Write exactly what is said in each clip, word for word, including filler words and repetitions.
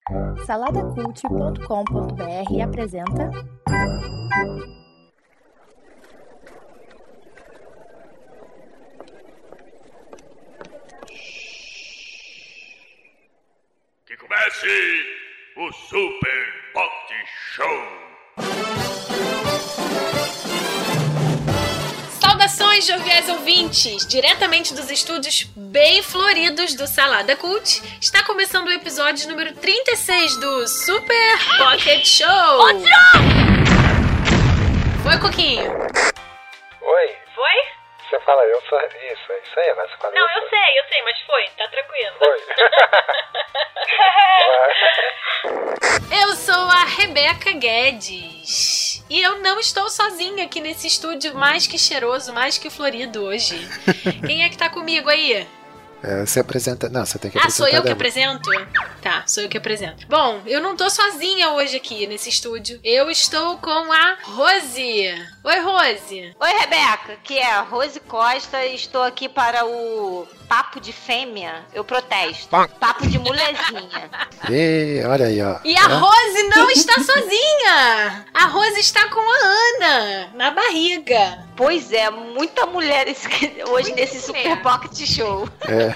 salada cult ponto com ponto b r apresenta Que comece o Super Pot Show! Saudações, joviais ouvintes! Diretamente dos estúdios bem floridos do Salada Cult, está começando o episódio número trinta e seis do Super Pocket Show! Foi, Coquinho? Oi. Foi? Você fala, eu sou... Isso, é isso aí, vai. Você fala, Não, eu sou... sei, eu sei, mas foi, tá tranquilo. Foi. Eu sou a Rebeca Guedes. E eu não estou sozinha aqui nesse estúdio mais que cheiroso, mais que florido hoje. Quem é que tá comigo aí? É, você apresenta... Não, você tem que Ah, apresentar. sou eu que dela. apresento? Tá, sou eu que apresento. Bom, eu não tô sozinha hoje aqui nesse estúdio. Eu estou com a Rose. Oi, Rose. Oi, Rebeca, que é a Rose Costa e estou aqui para o Papo de Fêmea. Eu protesto. Papo de mulherzinha. Ih, olha aí, ó. E a Ó. Rose não está sozinha. A Rose está com a Ana na barriga. Pois é, muita mulher esse- hoje nesse Super Pocket Show. É.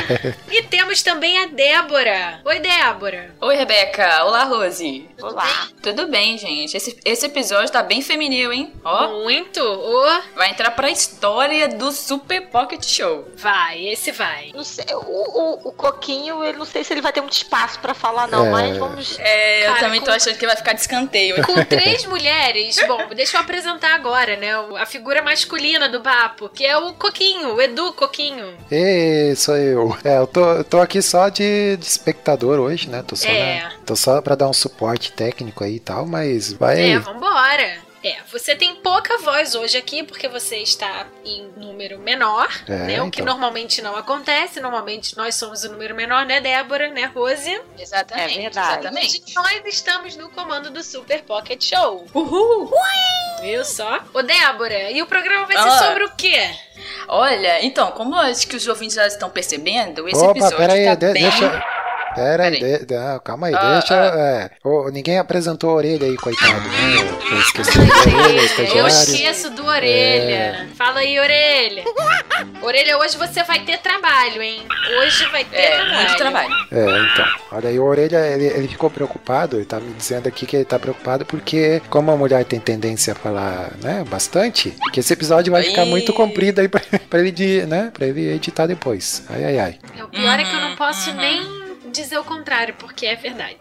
E temos também a Débora. Oi, Débora. Oi, Rebeca. Olá, Rose. Olá. Tudo bem, gente? Esse, esse episódio tá bem feminil, hein? Ó, Muito. Ô, vai entrar pra história do Super Pocket Show. vai, esse vai. Não sei, o, o, o Coquinho, eu não sei se ele vai ter muito espaço para falar, não, É. mas vamos. É, eu Cara, também tô com- achando que vai ficar de escanteio. Com três mulheres, bom, deixa eu apresentar agora, né, o- a figura masculina do papo, que é o Coquinho, o Edu Coquinho. Ei, sou eu. É, eu tô, eu tô aqui só de, de espectador hoje, né? Tô só, É. na- tô só pra dar um suporte técnico aí e tal, mas vai... É, vambora. É, você tem pouca voz hoje aqui, porque você está em número menor, É, né, o que então. normalmente não acontece, normalmente nós somos o número menor, né, Débora, né, Rose? Exatamente. É verdade. Exatamente. E nós estamos no comando do Super Pocket Show. Uhul. Viu só? Ô, Débora, e o programa vai ser Ah. sobre o quê? Olha, então, como eu acho que os ouvintes já estão percebendo, esse Opa, episódio pera aí, tá de- bem... deixa... Pera aí, Peraí. de- não, calma aí, Ah, deixa... ah. é. Ô, ninguém apresentou a orelha aí, coitado, né? Eu, eu esqueci Ai, da orelha, gente, eu estagiário. esqueço do Orelha. Fala aí, Orelha. Orelha, hoje você vai ter trabalho, hein? Hoje vai ter É, trabalho. muito trabalho. É, então. Olha aí, o Orelha, ele, ele ficou preocupado, ele tá me dizendo aqui que ele tá preocupado porque, como a mulher tem tendência a falar, né, bastante, que esse episódio vai ficar Ih. muito comprido aí pra, pra ele, de, né, pra ele editar depois. Ai, ai, ai. É, o pior é que eu não Uhum, posso uhum. nem dizer o contrário, porque é verdade.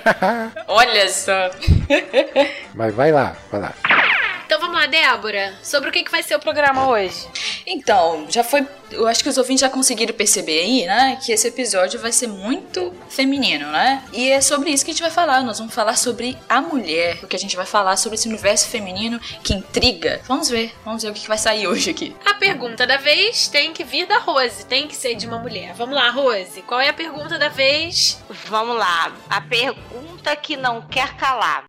Olha só. Mas vai lá, vai lá. Então vamos lá, Débora. Sobre o que que vai ser o programa hoje? Então, já foi... Eu acho que os ouvintes já conseguiram perceber aí, né? Que esse episódio vai ser muito feminino, né? E é sobre isso que a gente vai falar. Nós vamos falar sobre a mulher. O que a gente vai falar sobre esse universo feminino que intriga. Vamos ver. Vamos ver o que que vai sair hoje aqui. A pergunta da vez tem que vir da Rose, tem que ser de uma mulher. Vamos lá, Rose. Qual é a pergunta da vez? Vamos lá. A pergunta que não quer calar.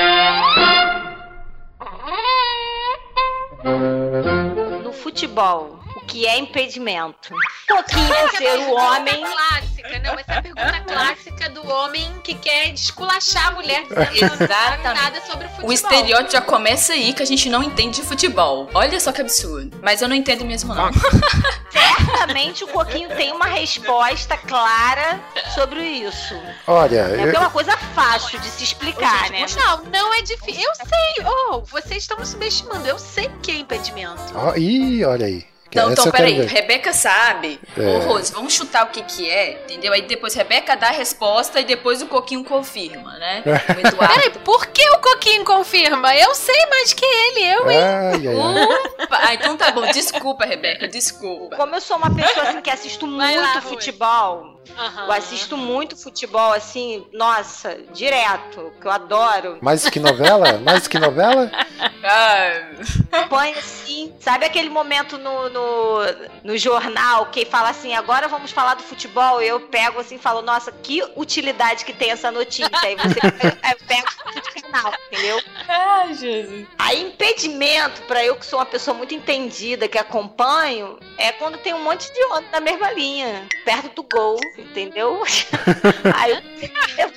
No futebol, o que é impedimento? Coquinho por ser o homem. Clássica, não, essa é a pergunta clássica do homem que quer desculachar a mulher dizendo que não sabe Exatamente. nada sobre futebol. O estereótipo já começa aí que a gente não entende de futebol. Olha só que absurdo. Mas eu não entendo mesmo, não. Certamente o Coquinho tem uma resposta clara sobre isso. Olha, É porque é eu, uma coisa fácil de se explicar, né? Gente, não, não é difícil. Eu sei. Oh, vocês estão me subestimando. Eu sei que é impedimento. ó, ih, olha aí. Não, Essa então, eu quero peraí, ver. Rebeca sabe. É. Ô, Rose, vamos chutar o que que é, entendeu? Aí depois Rebeca dá a resposta e depois o Coquinho confirma, né? O Eduardo. Peraí, por que o Coquinho confirma? Eu sei mais que ele, eu, hein? Ai, ai, ai. Opa! Ah, então tá bom. Desculpa, Rebeca, desculpa. Como eu sou uma pessoa assim que assisto Vai muito lá, Rui. futebol, Aham. eu assisto muito futebol assim, nossa, direto, que eu adoro. Mais do que novela? Mais do que novela? Ah, Põe assim, sabe aquele momento no, no, no jornal que fala assim, agora vamos falar do futebol, eu pego assim e falo, nossa, que utilidade que tem essa notícia. Aí você pega, aí eu pego o canal, entendeu? ai, Jesus. Aí impedimento, pra eu que sou uma pessoa muito entendida, que acompanho, é quando tem um monte de homem na mesma linha, perto do gol, entendeu? Aí eu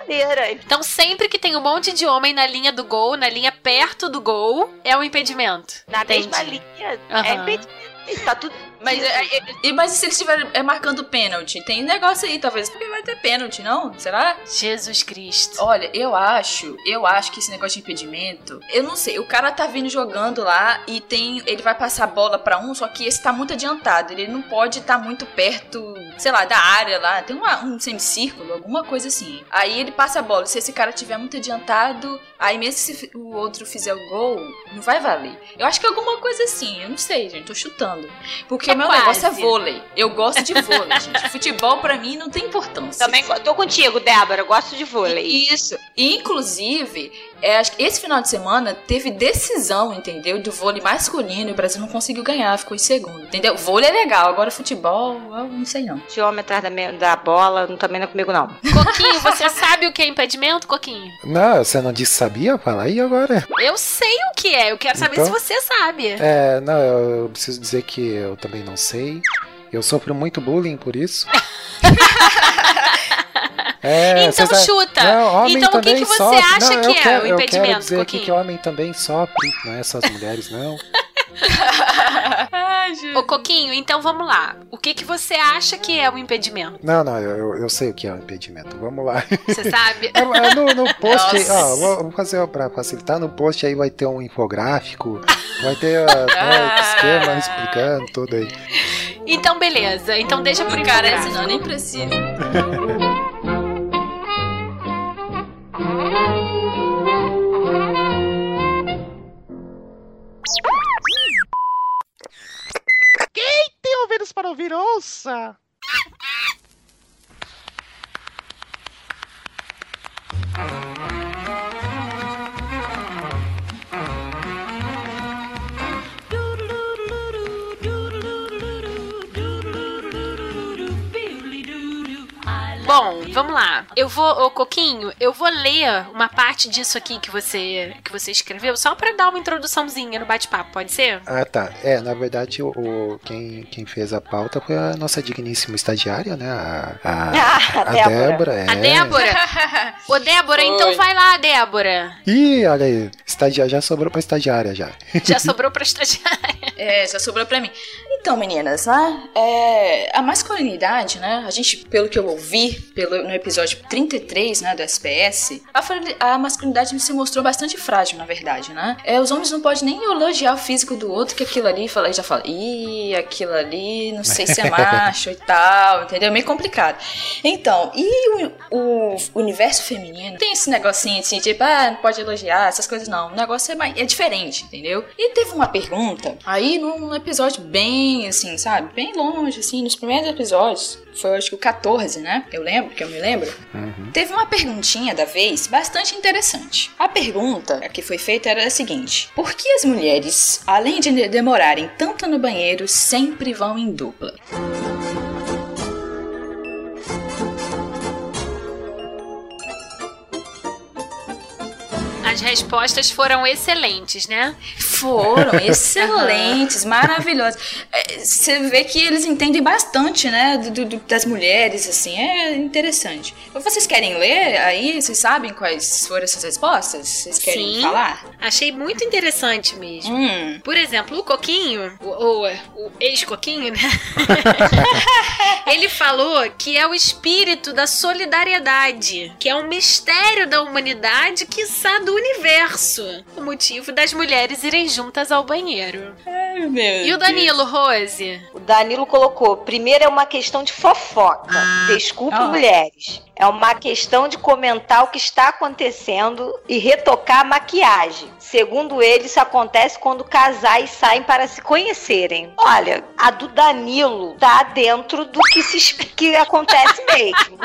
brincadeira. Então sempre que tem um monte de homem na linha do gol, na linha perto do gol, é um impedimento. Na Entendi. mesma linha, Uhum. é impedimento. Tá tudo... Mas, é, é, mas e se eles estiverem é, marcando pênalti? Tem negócio aí, talvez, porque vai ter pênalti, não? Será? Jesus Cristo. Olha, eu acho, eu acho que esse negócio de impedimento, eu não sei, o cara tá vindo jogando lá e tem, ele vai passar a bola pra um, só que esse tá muito adiantado, ele não pode estar tá muito perto, sei lá, da área lá, tem uma, um semicírculo, alguma coisa assim. Aí ele passa a bola, se esse cara tiver muito adiantado, aí mesmo se o outro fizer o gol, não vai valer. Eu acho que é alguma coisa assim, eu não sei, gente, tô chutando. Porque o meu quase. negócio é vôlei. Eu gosto de vôlei, gente. Futebol pra mim não tem importância. Também tô contigo, Débora, eu gosto de vôlei. Isso. E, inclusive, é, acho que esse final de semana teve decisão, entendeu? Do vôlei masculino e o Brasil não conseguiu ganhar, ficou em segundo, entendeu? Vôlei é legal, agora futebol, eu não sei não. De homem atrás da, me- da bola, não, também não é comigo não. Coquinho, você sabe o que é impedimento, Coquinho? Não, você não disse que sabia? Fala aí agora. Eu sei o que é, eu quero saber Então? se você sabe. É, não, eu, eu preciso dizer que eu também não sei. Eu sofro muito bullying por isso. É, Então você chuta. Não, homem Então o que também que você sofre. acha Não, que eu é quero, o Eu quero impedimento, dizer aqui Coquinho? que homem também sofre, não é só as mulheres, não. Ai, gente. Ô, Coquinho, então vamos lá. O que que você acha que é o impedimento? Não, não, eu, eu sei o que é o impedimento. Vamos lá. Você sabe? É, é no, no post, Nossa. ó, vou, vou fazer pra facilitar. No post aí vai ter um infográfico, vai ter uh, né, esquema explicando tudo aí. Então, beleza. Então deixa pro Cara, infográfico. senão nem precisa. Tem ouvidos para ouvir, ouça! Bom, vamos lá. Eu vou, ô Coquinho, eu vou ler uma parte disso aqui que você, que você escreveu, só pra dar uma introduçãozinha no bate-papo, pode ser? Ah, tá. É, na verdade, o, o- quem, quem fez a pauta foi a nossa digníssima estagiária, né? A, a, Ah, a Débora. Débora. É. A Débora. Ô, Débora, Foi. então vai lá, Débora. Ih, olha aí. Estagiária, já sobrou pra estagiária já. Já sobrou pra estagiária. É, já sobrou pra mim. Então, meninas, né? É, a masculinidade, né? A gente, pelo que eu ouvi, pelo, no episódio trinta e três, né, do S P S, a, fra- a masculinidade se mostrou bastante frágil, na verdade, né? É, os homens não podem nem elogiar o físico do outro, que aquilo ali fala, já fala, ih, aquilo ali, não sei se é macho e tal, entendeu? Meio complicado. Então, e o, o universo feminino tem esse negocinho assim, tipo, ah, não pode elogiar, essas coisas não. O negócio é, mais, é diferente, entendeu? E teve uma pergunta aí num episódio bem, assim, sabe? Bem longe, assim, nos primeiros episódios. Foi, acho que o catorze, né? Eu lembro, que eu me lembro. Uhum. Teve uma perguntinha da vez bastante interessante. A pergunta que foi feita era a seguinte: por que as mulheres, além de demorarem tanto no banheiro, sempre vão em dupla? As respostas foram excelentes, né? Foram excelentes, maravilhosos. É, você vê que eles entendem bastante, né, do, do- das mulheres, assim, é interessante. Vocês querem ler aí? Vocês sabem quais foram essas respostas? Vocês querem Sim. falar? Achei muito interessante mesmo. Hum. Por exemplo, o Coquinho, o, o- o ex-Coquinho, né? Ele falou que é o espírito da solidariedade, que é um mistério da humanidade, quiçá do universo, o motivo das mulheres irem juntas ao banheiro. Ai, meu E o Danilo, Rose? O Danilo colocou, primeiro é uma questão de fofoca. Desculpe, Ah. mulheres. É uma questão de comentar o que está acontecendo e retocar a maquiagem. Segundo ele, isso acontece quando casais saem para se conhecerem. Olha, a do Danilo tá dentro do que, se, que acontece mesmo.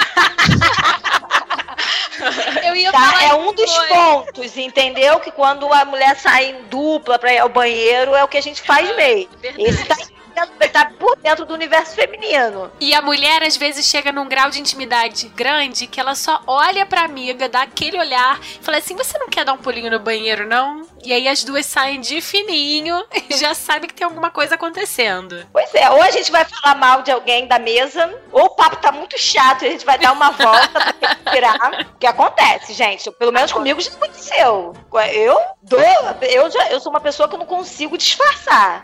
Eu ia Tá? falar É um dos foi. pontos, entendeu? Que quando a mulher sai em dupla para ir ao banheiro, é o que a gente faz mesmo. Verdade. Esse tá dentro, ele tá por dentro do universo feminino. E a mulher, às vezes, chega num grau de intimidade grande que ela só olha pra amiga, dá aquele olhar e fala assim, você não quer dar um pulinho no banheiro, não? E aí as duas saem de fininho e já sabe que tem alguma coisa acontecendo. Pois é, ou a gente vai falar mal de alguém da mesa, ou o papo tá muito chato e a gente vai dar uma volta pra respirar. O que acontece, gente? Pelo menos comigo já aconteceu. Eu dou, eu, já, eu sou uma pessoa que eu não consigo disfarçar.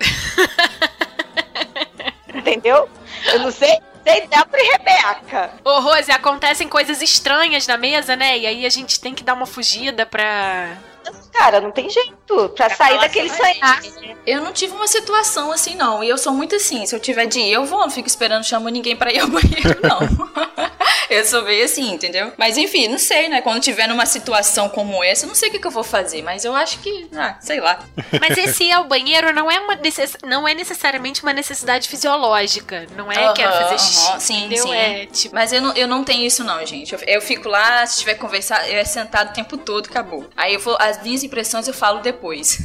Entendeu? Eu não sei... Sei Débora e Rebeca. Ô, Rose, acontecem coisas estranhas na mesa, né? E aí a gente tem que dar uma fugida pra... Cara, não tem jeito pra, pra sair daquele sonhar. Eu não tive uma situação assim, não. E eu sou muito assim. Se eu tiver de ir, eu vou. Não fico esperando, chamo ninguém pra ir ao banheiro, não. Eu sou bem assim, entendeu? Mas enfim, não sei, né? Quando tiver numa situação como essa, eu não sei o que, que eu vou fazer. Mas eu acho que, ah, sei lá. Mas esse ir ao banheiro não é, uma necess... não é necessariamente uma necessidade fisiológica. Não é uhum, quero fazer xixi, uhum, sim, entendeu? Sim. É, tipo... Mas eu não, eu não tenho isso não, gente. Eu, eu fico lá, se tiver que conversar, eu é sentado o tempo todo, acabou. Aí eu vou, as minhas impressões eu falo depois.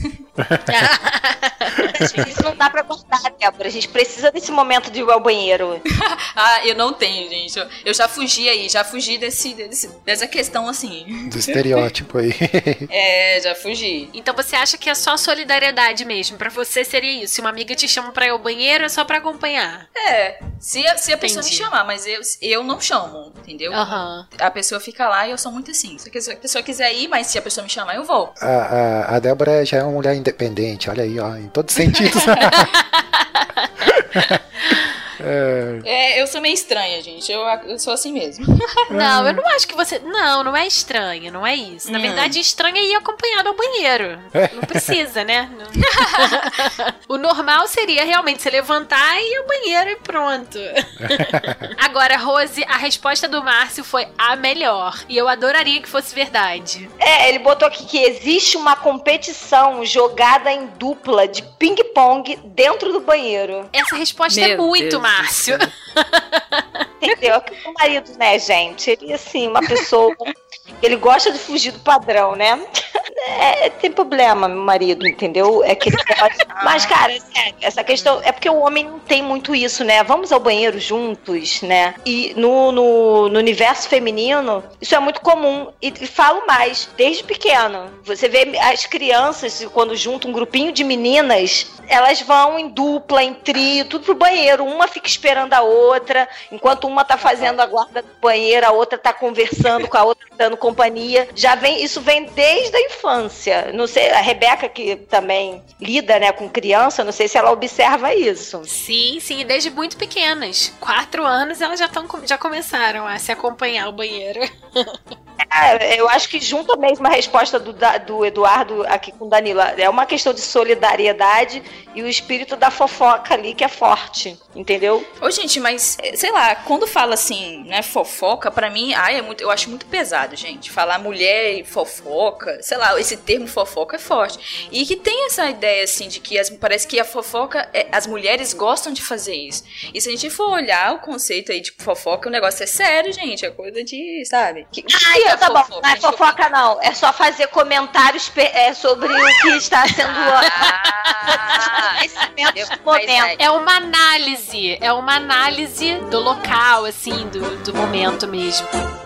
Isso não dá pra cortar, Débora. A gente precisa desse momento de ir ao banheiro. Ah, eu não tenho, gente. Eu, eu já fugi aí, já fugi desse, desse, dessa questão assim. Do estereótipo aí. É, já fugi. Então você acha que é só solidariedade mesmo? Pra você seria isso? Se uma amiga te chama pra ir ao banheiro, é só pra acompanhar? É, se a, se a pessoa Entendi. me chamar, mas eu, eu não chamo, entendeu? Aham. A pessoa fica lá e eu sou muito assim. Se a pessoa quiser ir, mas se a pessoa me chamar, eu vou. A, a, a Débora já é uma mulher independente, olha aí, ó, em todos os sentidos. É... é, eu sou meio estranha, gente. Eu, eu sou assim mesmo. Não, eu não acho que você... Não, não é estranha, não é isso. Na hum. verdade, estranha é ir acompanhado ao banheiro. Não precisa, né? Não... O normal seria realmente se levantar e ir ao banheiro e pronto. Agora, Rose, a resposta do Márcio foi a melhor. E eu adoraria que fosse verdade. É, ele botou aqui que existe uma competição jogada em dupla de ping-pong dentro do banheiro. Essa resposta Meu é muito, Deus Márcio. Entendeu? O marido, né, gente? Ele, assim, uma pessoa... Ele gosta de fugir do padrão, né? É, tem problema, meu marido, entendeu? É que ele gosta... Mas, cara, é, essa questão... É porque o homem não tem muito isso, né? Vamos ao banheiro juntos, né? E no, no, no universo feminino, isso é muito comum. E, e falo mais, desde pequeno. Você vê as crianças, quando juntam um grupinho de meninas, elas vão em dupla, em trio, tudo pro banheiro. Uma fica esperando a outra, enquanto uma tá fazendo a guarda do banheiro, a outra tá conversando com a outra, dando companhia. Já vem, isso vem desde a infância. Não sei, a Rebeca, que também lida, né, com criança, não sei se ela observa isso. Sim, sim, desde muito pequenas. Quatro anos elas já, tão, já começaram a se acompanhar ao banheiro. É, eu acho que junto mesmo a resposta do, do Eduardo aqui com o Danilo, é uma questão de solidariedade e o espírito da fofoca ali que é forte, entendeu? Ô, gente, mas, sei lá, quando fala assim, né, fofoca, pra mim, ai, é muito, eu acho muito pesado, gente. Falar mulher e fofoca, sei lá, esse termo fofoca é forte. E que tem essa ideia, assim, de que as, parece que a fofoca, é, as mulheres gostam de fazer isso. E se a gente for olhar o conceito aí de fofoca, o negócio é sério, gente, é coisa de, sabe? Que, ah, então tá bom, não é fofoca não, é só fazer comentários é, sobre o que está sendo ah, momento. É uma análise, é uma análise do local, assim, do, do momento mesmo.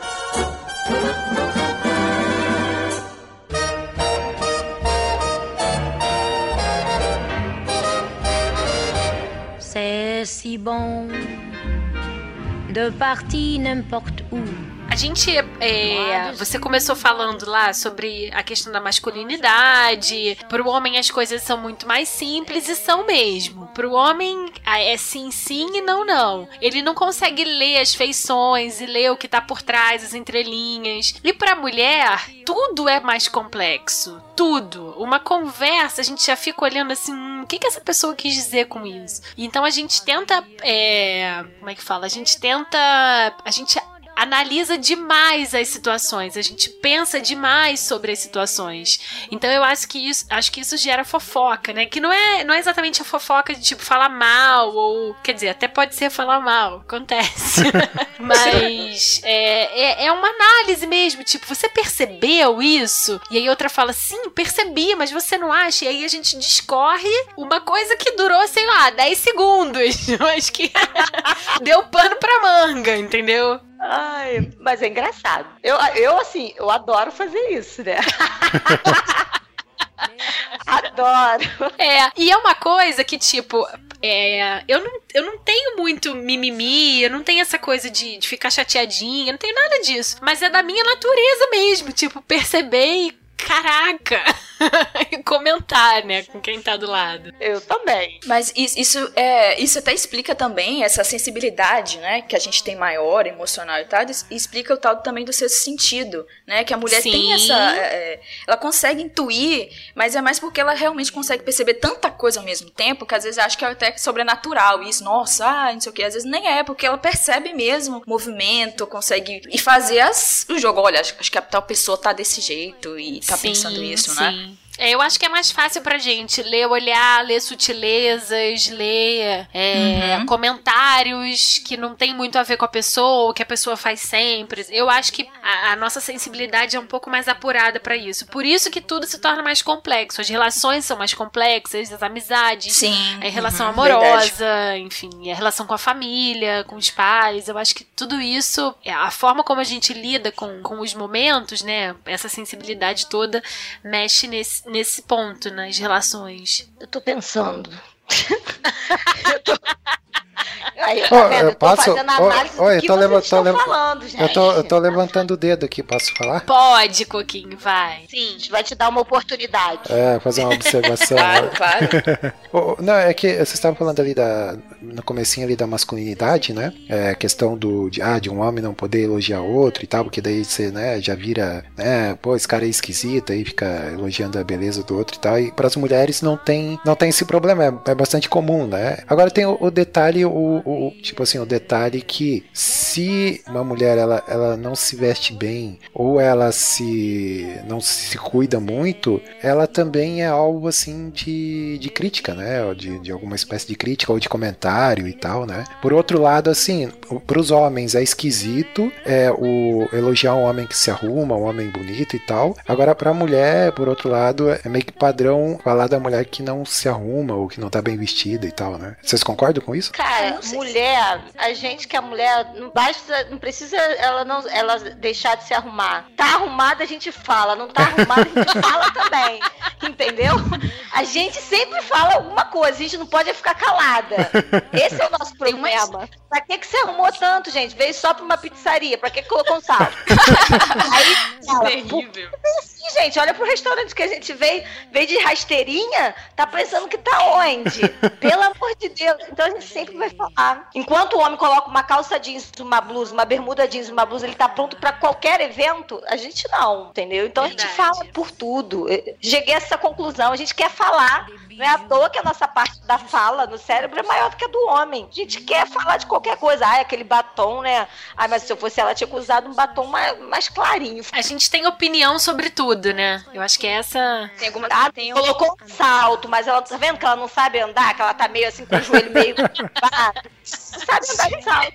C'est si bon de partir n'importe où. A gente, é, você começou falando lá sobre a questão da masculinidade. Pro homem as coisas são muito mais simples e são mesmo. Pro homem é sim, sim e não, não. Ele não consegue ler as feições e ler o que tá por trás, as entrelinhas. E pra mulher, tudo é mais complexo. Tudo. Uma conversa, a gente já fica olhando assim, hum, o que que essa pessoa quis dizer com isso? Então a gente tenta, é, como é que fala? A gente tenta, a gente analisa demais as situações, a gente pensa demais sobre as situações. Então eu acho que isso, acho que isso gera fofoca, né? Que não é, não é exatamente a fofoca de tipo falar mal, ou quer dizer, até pode ser falar mal, acontece. Mas é, é, é uma análise mesmo, tipo, você percebeu isso? E aí outra fala, sim, percebi, mas você não acha? E aí a gente discorre uma coisa que durou, sei lá, dez segundos, mas que deu pano pra manga, entendeu? Ai, mas é engraçado. Eu, eu assim, eu adoro fazer isso, né? Adoro. É, e é uma coisa que, tipo, é, eu, não, eu não tenho muito mimimi, eu não tenho essa coisa de, de ficar chateadinha, eu não tenho nada disso. Mas é da minha natureza mesmo, tipo, perceber e caraca, e comentar, né, com quem tá do lado. Eu também. Mas isso, isso, é, isso até explica também essa sensibilidade, né, que a gente tem maior, emocional e tal, e explica o tal também do sexto sentido, né, que a mulher Sim. tem essa, é, ela consegue intuir, mas é mais porque ela realmente consegue perceber tanta coisa ao mesmo tempo, que às vezes acha que é até sobrenatural, isso, nossa, ah, não sei o que, às vezes nem é, porque ela percebe mesmo movimento, consegue, e fazer as, o jogo, olha, acho, acho que a tal pessoa tá desse jeito, e tá sim, pensando isso, sim. né? É, eu acho que é mais fácil pra gente ler, olhar, ler sutilezas, ler é, Uhum. comentários que não tem muito a ver com a pessoa, o que a pessoa faz sempre. Eu acho que a, a nossa sensibilidade é um pouco mais apurada pra isso. Por isso que tudo se torna mais complexo. As relações são mais complexas, as amizades, Sim, a relação uhum, amorosa, verdade. enfim, a relação com a família, com os pais. Eu acho que tudo isso, a forma como a gente lida com, com os momentos, né, essa sensibilidade toda mexe nesse nesse ponto, nas relações. Eu tô pensando. eu tô... Aí, Ó, tá vendo? eu Eu tô posso- fazendo a ó, análise ó, do eu que tô vocês leva- estão tô leva- falando, gente. Eu tô, eu tô levantando o dedo aqui, posso falar? Pode, Coquinho, vai. Sim, a gente vai te dar uma oportunidade. É, fazer uma observação. Claro, claro. Oh, não, é que vocês estavam falando ali da, no comecinho ali da masculinidade, né? É, questão do, de, ah, de um homem não poder elogiar outro e tal, porque daí você, né, já vira, né, pô, esse cara é esquisito, aí fica elogiando a beleza do outro e tal, e para as mulheres não tem, não tem esse problema, é, é bastante comum, né? Agora tem o, o detalhe, o, o, tipo assim, o detalhe que se uma mulher, ela, ela não se veste bem, ou ela se, não se cuida muito, ela também é algo, assim, de, de crítica, né? Ou de, de alguma espécie de crítica ou de comentário e tal, né? Por outro lado, assim, para os homens é esquisito é, o elogiar um homem que se arruma, um homem bonito e tal. Agora, para a mulher, por outro lado, é meio que padrão falar da mulher que não se arruma ou que não tá bem vestida e tal, né? Vocês concordam com isso? Cara, mulher, a gente que é mulher, não basta, não precisa ela não, ela deixar de se arrumar. Tá arrumada, a gente fala, não tá arrumada, a gente fala também. Entendeu? A gente sempre fala alguma coisa, a gente não pode ficar calada. Esse é o nosso problema. Pra que que você arrumou tanto, gente? Veio só pra uma pizzaria, pra que que colocou um sal? Aí, ela, Terrível. assim, gente, olha pro restaurante que a gente veio, veio de rasteirinha, tá pensando que tá onde? Pelo amor de Deus. Então a gente sempre vai falar. Enquanto o homem coloca uma calça jeans, uma blusa, uma bermuda jeans, uma blusa, ele tá pronto pra qualquer evento, a gente não, entendeu? Então Verdade. a gente fala por tudo. Eu cheguei a essa conclusão, a gente quer falar. Não é à toa que a nossa parte da fala no cérebro é maior do que a do homem. A gente quer falar de qualquer coisa. Ai, aquele batom, né? Ai, mas se eu fosse ela, tinha usado um batom mais, mais clarinho. A gente tem opinião sobre tudo, né? Eu acho que é essa... Tem alguma Tá? tem um... Colocou um salto, mas ela tá vendo que ela não sabe andar, que ela tá meio assim com o joelho meio curvado. Não sabe andar de salto.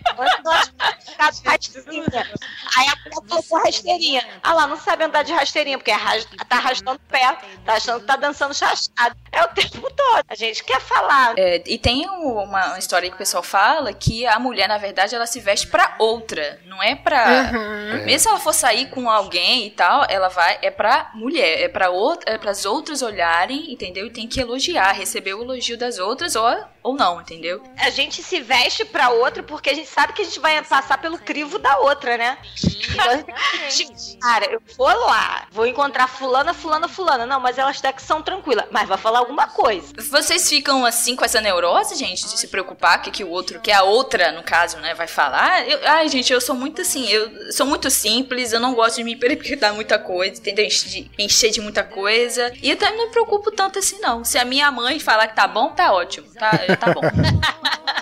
Rasteirinha. Aí a mulher colocou rasteirinha. Ah lá, não sabe andar de rasteirinha, porque tá arrastando o pé, tá achando que tá dançando chachado. É o tempo todo. A gente quer falar. É, e tem uma, uma história que o pessoal fala que a mulher, na verdade, ela se veste pra outra, não é pra... Uhum. Mesmo se ela for sair com alguém e tal, ela vai... É pra mulher, é pra outra, é pras outras olharem, entendeu? E tem que elogiar, receber o elogio das outras ou, ou não, entendeu? A gente se veste pra outra porque a gente sabe que a gente vai passar pelo crivo da outra, né? Então a gente, cara, eu vou lá, vou encontrar fulana, fulana, fulana. Não, mas elas até que são tranquilas. Mas vai falar alguma coisa. Vocês ficam assim com essa neurose, gente, de se preocupar que, que o outro, que a outra, no caso, né, vai falar? Eu, ai, gente, eu sou muito assim, eu sou muito simples, eu não gosto de me perguntar muita coisa, entendeu? De encher de muita coisa. E eu também não me preocupo tanto assim, não. Se a minha mãe falar que tá bom, tá ótimo, tá, tá bom.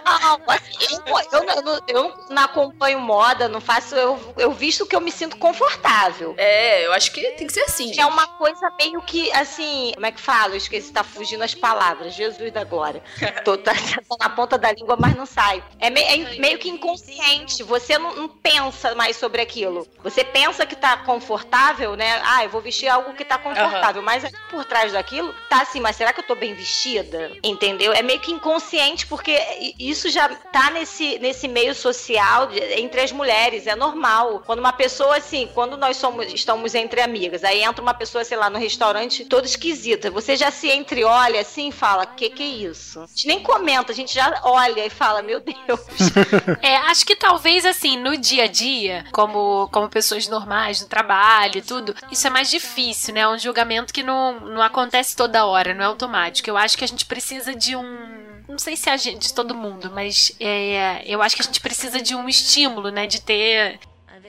Não, assim, eu, eu, eu, eu não acompanho moda, não faço. Eu, eu visto que eu me sinto confortável. É, eu acho que tem que ser assim, gente. É uma coisa meio que, assim, como é que fala? Eu esqueci, tá fugindo as palavras. Jesus da glória. Tô, tá, tá na ponta da língua, mas não sai. É, me, é meio que inconsciente. Você não, não pensa mais sobre aquilo. Você pensa que tá confortável, né? Ah, eu vou vestir algo que tá confortável. Uhum. Mas por trás daquilo, tá assim, mas será que eu tô bem vestida? Entendeu? É meio que inconsciente, porque isso já tá nesse, nesse meio social de, entre as mulheres. É normal. Quando uma pessoa, assim, quando nós somos, estamos entre amigas, aí entra uma pessoa, sei lá, no restaurante toda esquisita. Você já se entreolha assim e fala, que que é isso? A gente nem comenta, a gente já olha e fala, meu Deus. É, acho que talvez, assim, no dia a dia, como, como pessoas normais, no trabalho e tudo, isso é mais difícil, né? É um julgamento que não, não acontece toda hora, não é automático. Eu acho que a gente precisa de um... Não sei se é a gente, de todo mundo, mas é, eu acho que a gente precisa de um estímulo, né? De ter...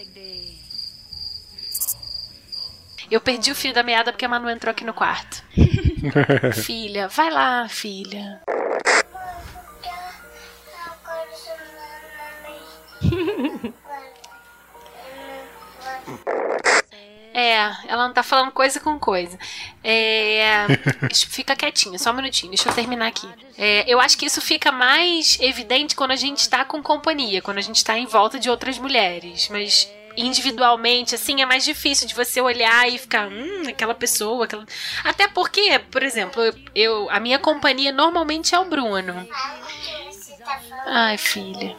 Eu perdi o fio da meada porque a Manu entrou aqui no quarto. Filha, vai lá, filha. É, ela não tá falando coisa com coisa. É, fica quietinha, só um minutinho, deixa eu terminar aqui. É, eu acho que isso fica mais evidente quando a gente tá com companhia, quando a gente tá em volta de outras mulheres, mas... individualmente, assim, é mais difícil de você olhar e ficar, hum, aquela pessoa, aquela... Até porque, por exemplo, eu, a minha companhia normalmente é o Bruno. Ai, filha.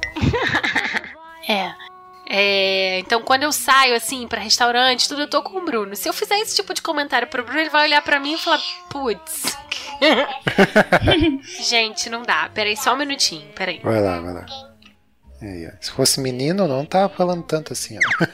É. É, então quando eu saio assim pra restaurante, tudo, eu tô com o Bruno. Se eu fizer esse tipo de comentário pro Bruno, ele vai olhar pra mim e falar, putz. Gente, não dá. Peraí, só um minutinho, peraí. Vai lá, vai lá. Aí, se fosse menino, não tava falando tanto assim, ó.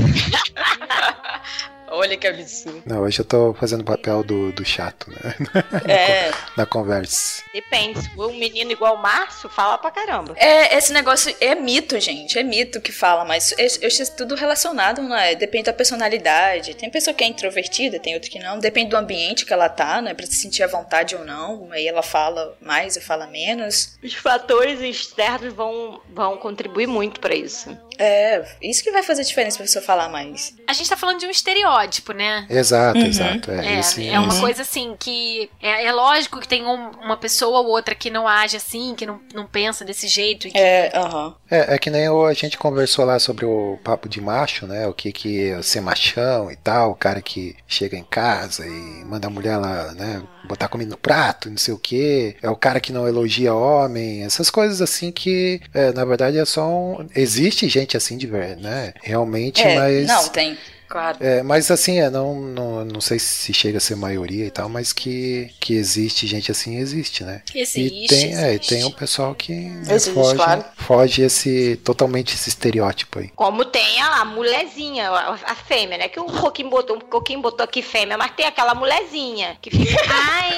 Olha que absurdo. Não, hoje eu tô fazendo o papel do, do chato, né? É. Na conversa. Depende. Se for um menino igual o Márcio, fala pra caramba. É, esse negócio é mito, gente. É mito que fala, mas eu, eu acho tudo relacionado, né? Depende da personalidade. Tem pessoa que é introvertida, tem outra que não. Depende do ambiente que ela tá, né? Pra se sentir à vontade ou não. Aí ela fala mais ou fala menos. Os fatores externos vão, vão contribuir muito pra isso. É, isso que vai fazer diferença pra pessoa falar mais. A gente tá falando de um estereótipo, né? Exato, Uhum. exato. É, É, esse, é uma esse. coisa assim que... É, é lógico que tem um, uma pessoa ou outra que não age assim, que não, não pensa desse jeito. E que... É, aham. Uhum. É, é que nem o, a gente conversou lá sobre o papo de macho, né? O que que é ser machão e tal. O cara que chega em casa e manda a mulher lá, né? Botar comida no prato, não sei o que. É o cara que não elogia homem. Essas coisas assim que, é, na verdade, é só um... Existe gente assim de verdade, né? Realmente, É, mas... não, tem. Claro. É, mas assim, é, não, não, não sei se chega a ser maioria e tal, mas que, que existe gente assim, existe, né? Existe, e tem, é, existe. tem um pessoal que né, Existe, foge, claro. foge esse, totalmente esse estereótipo aí. Como tem a, a mulherzinha, a, a fêmea, né? Que o Coquinho botou, um Coquinho botou aqui fêmea, mas tem aquela mulherzinha que fica, ai,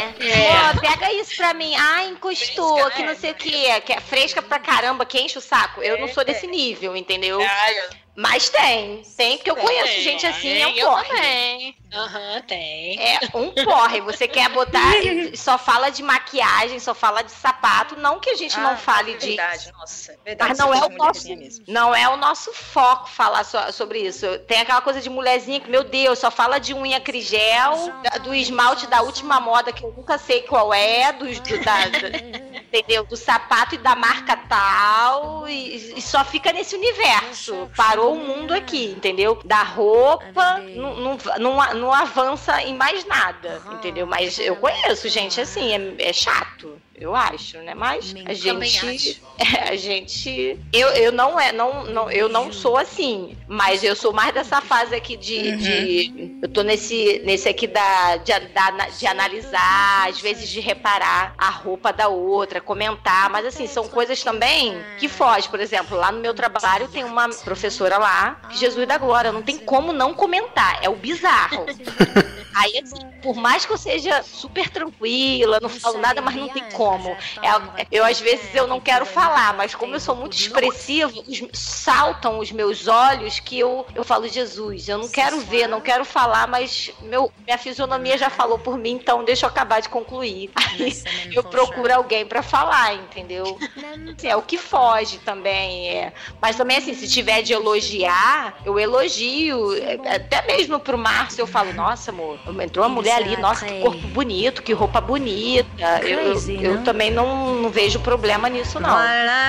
É. pô, pega isso pra mim, ai, encostou, Fresca, que né? não sei o que, que é fresca pra caramba, que enche o saco. Eu não sou desse nível, entendeu? Mas tem, tem, porque eu conheço Tem, gente assim, é um eu porre. também. Aham, tem. É um porre. Você quer botar, só fala de maquiagem, só fala de sapato. Não que a gente não fale de. Verdade, nossa. Verdade, Mas não é, o muito nosso, mesmo. não é o nosso foco falar so, sobre isso. Tem aquela coisa de mulherzinha que, meu Deus, só fala de unha crigel, da- do esmalte da última moda, que eu nunca sei qual é, do, do, da, da- entendeu? Do sapato e da marca tal, e, e só fica nesse universo. Parou o mundo aqui, entendeu? Da roupa, não, não, não, não avança em mais nada, entendeu? Mas eu conheço gente assim, é, é chato. Eu acho, né? Mas a Também gente. É, a gente. Eu, eu, não é, não, não, eu não sou assim. Mas eu sou mais dessa fase aqui de. Uhum. de eu tô nesse, nesse aqui da, de, da, de analisar, às vezes de reparar a roupa da outra, comentar. Mas assim, são coisas também que fogem. Por exemplo, lá no meu trabalho tem uma professora lá, que Jesus da glória, não tem como não comentar. É o bizarro. Aí, assim, por mais que eu seja super tranquila, não falo nada, mas não tem como. É, eu, às vezes, eu não quero falar, mas como eu sou muito expressiva, os, saltam os meus olhos que eu, eu falo, Jesus, eu não quero ver, não quero falar, mas meu, minha fisionomia já falou por mim, então deixa eu acabar de concluir. Aí eu procuro alguém pra falar, entendeu? Assim, é o que foge também. É. Mas também, assim, se tiver de elogiar, eu elogio. Até mesmo pro Márcio, eu falo, nossa, amor, entrou uma mulher ali, nossa, que corpo bonito, que roupa bonita. Eu, eu, eu também não, não vejo problema nisso, não.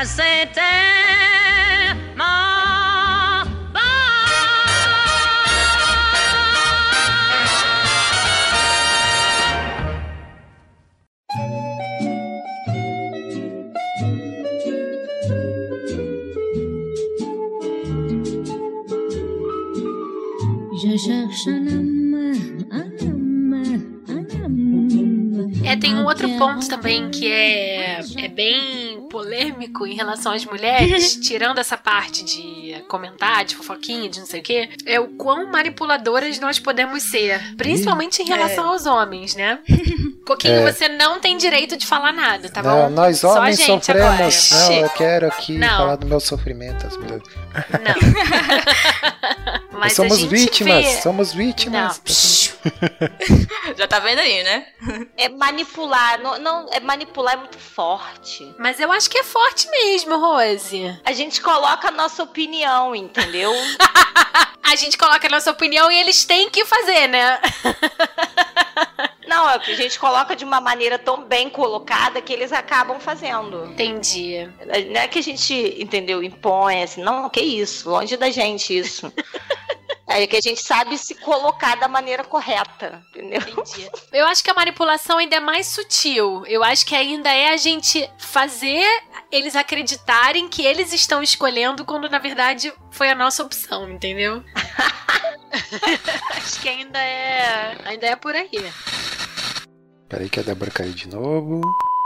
É, tem um outro ponto também que é, é bem polêmico em relação às mulheres, tirando essa parte de comentar, de fofoquinha, de não sei o quê, é o quão manipuladoras nós podemos ser, principalmente em relação é. aos homens, né? Coquinho, é. você não tem direito de falar nada, tá não, bom? Nós homens Só a gente sofremos. Agora. Não, eu quero aqui não. falar do meu sofrimento. As mulheres. Não. Mas somos vítimas, vê... somos vítimas. Já tá vendo aí, né? É manipular, não, não, é manipular é muito forte. Mas eu acho que é forte mesmo, Rose. A gente coloca a nossa opinião, entendeu? A gente coloca a nossa opinião e eles têm que fazer, né? Não, é que a gente coloca de uma maneira tão bem colocada que eles acabam fazendo. Entendi. Não é que a gente, entendeu, impõe assim, não, que isso, longe da gente isso. É que a gente sabe se colocar da maneira correta, entendeu? Entendi. Eu acho que a manipulação ainda é mais sutil. Eu acho que ainda é a gente fazer eles acreditarem que eles estão escolhendo quando, na verdade, foi a nossa opção, entendeu? Acho que ainda é, ainda é por aí. Peraí que a Débora caiu de novo.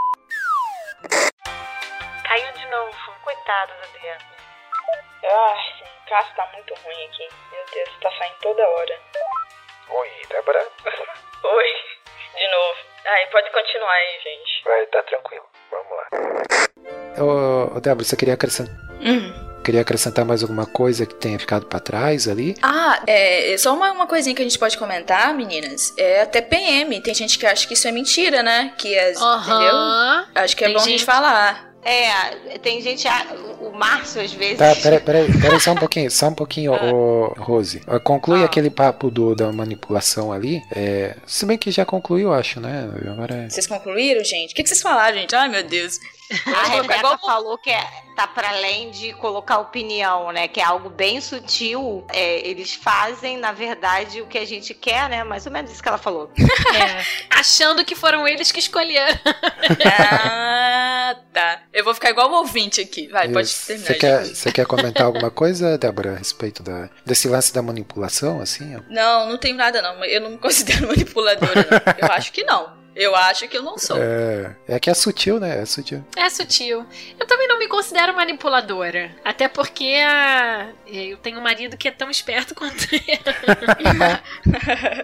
Caiu de novo. Coitado da Débora. Ai, esse caso tá muito ruim aqui. Meu Deus, tá saindo toda hora. Oi, Débora. Oi, de novo. Ai, pode continuar aí, gente. Vai, tá tranquilo. Vamos lá. Ô, ô Débora, você queria acrescentar... Uhum. Queria acrescentar mais alguma coisa que tenha ficado pra trás ali? Ah, é só uma, uma coisinha que a gente pode comentar, meninas. É até P M. Tem gente que acha que isso é mentira, né? Que é, uhum. entendeu? Acho que é tem bom gente... a gente falar. É, tem gente, o Márcio às vezes... Tá, peraí, peraí, peraí, só um pouquinho, só um pouquinho, ah. ô, Rose. Conclui ah. aquele papo do, da manipulação ali, é, se bem que já concluiu, eu acho, né? Agora... Vocês concluíram, gente? O que, que vocês falaram, gente? Ai, meu Deus. A Rebeca igual... falou que é, tá para além de colocar opinião, né? Que é algo bem sutil. É, eles fazem, na verdade, o que a gente quer, né? Mais ou menos isso que ela falou. É, achando que foram eles que escolheram. Ah, tá. Eu vou ficar igual o ouvinte aqui. Vai, isso. Pode terminar. Você quer, você quer comentar alguma coisa, Débora, a respeito da, desse lance da manipulação, assim? Ó? Não, não tenho nada, não. Eu não me considero manipuladora, não. Eu acho que não. Eu acho que eu não sou. É, é que é sutil, né? É sutil. É sutil. Eu também não me considero manipuladora. Até porque a... eu tenho um marido que é tão esperto quanto eu.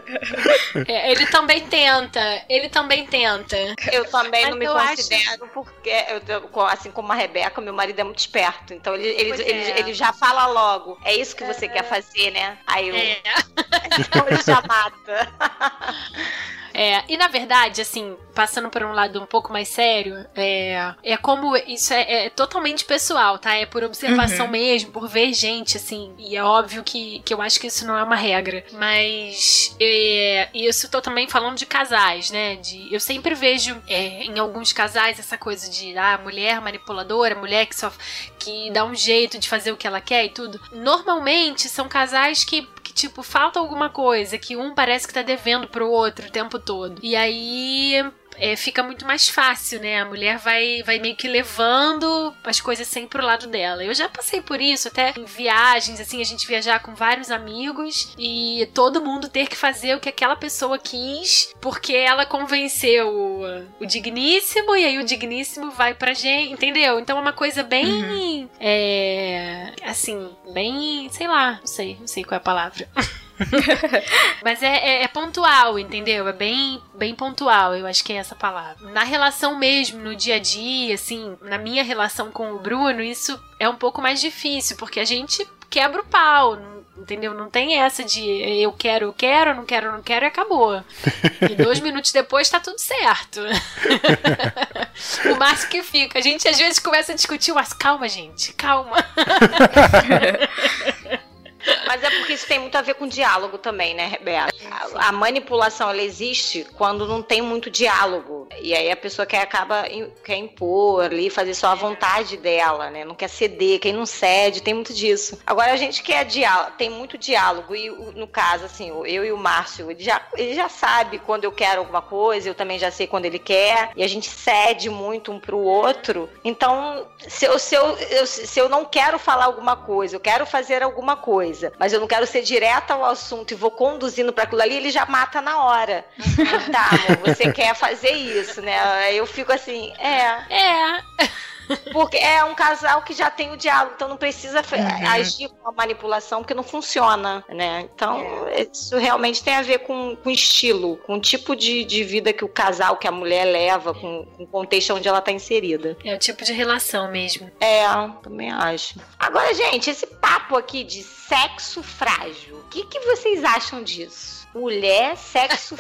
É, ele também tenta. Ele também tenta. Eu também Mas não me considero acho... porque, eu, assim como a Rebeca, meu marido é muito esperto. Então ele, ele, é. ele, ele já fala logo. É isso que você é. quer fazer, né? Aí eu... É. Então ele já mata. É, e na verdade, assim, passando por um lado um pouco mais sério, é, é como isso é, é totalmente pessoal, tá? É por observação uhum. mesmo, por ver gente, assim, e é óbvio que, que eu acho que isso não é uma regra, mas é, isso eu tô também falando de casais, né? De, eu sempre vejo é, em alguns casais essa coisa de, ah, mulher manipuladora, mulher que só que dá um jeito de fazer o que ela quer e tudo. Normalmente são casais que tipo, falta alguma coisa, que um parece que tá devendo pro outro o tempo todo. E aí é, fica muito mais fácil, né? A mulher vai, vai meio que levando as coisas sempre pro lado dela. Eu já passei por isso, até em viagens, assim, a gente viajar com vários amigos e todo mundo ter que fazer o que aquela pessoa quis, porque ela convenceu o, o digníssimo, e aí o digníssimo vai pra gente, entendeu? Então é uma coisa bem, uhum. é, assim, bem, sei lá, não sei, não sei qual é a palavra. Mas é, é, é pontual, entendeu? É bem, bem pontual, eu acho que é essa palavra. Na relação mesmo, no dia a dia, assim, na minha relação com o Bruno, isso é um pouco mais difícil, porque a gente quebra o pau, não, entendeu? Não tem essa de eu quero, eu quero, não quero, não quero e acabou. E dois minutos depois tá tudo certo. O Márcio que fica. A gente às vezes começa a discutir, mas calma, gente, calma. Mas é porque isso tem muito a ver com diálogo também, né, Rebeca? A, a manipulação, ela existe quando não tem muito diálogo. E aí a pessoa quer, acaba, quer impor ali, fazer só a vontade dela, né? Não quer ceder, quem não cede, tem muito disso. Agora a gente quer diálogo, tem muito diálogo. E no caso, assim, eu e o Márcio, ele já, ele já sabe quando eu quero alguma coisa, eu também já sei quando ele quer. E a gente cede muito um pro outro. Então, se eu, se eu, eu, se eu não quero falar alguma coisa, eu quero fazer alguma coisa, mas eu não quero ser direta ao assunto e vou conduzindo para aquilo ali, ele já mata na hora. Tá, amor, você quer fazer isso, né? Aí eu fico assim, é. É. Porque é um casal que já tem o diálogo, então não precisa uhum. agir com a manipulação, porque não funciona, né? Então, é. isso realmente tem a ver com, com estilo, com o tipo de, de vida que o casal, que a mulher leva, com, com o contexto onde ela tá inserida. É o tipo de relação mesmo. É, também acho. Agora, gente, esse papo aqui de sexo frágil, o que, que vocês acham disso? Mulher, sexo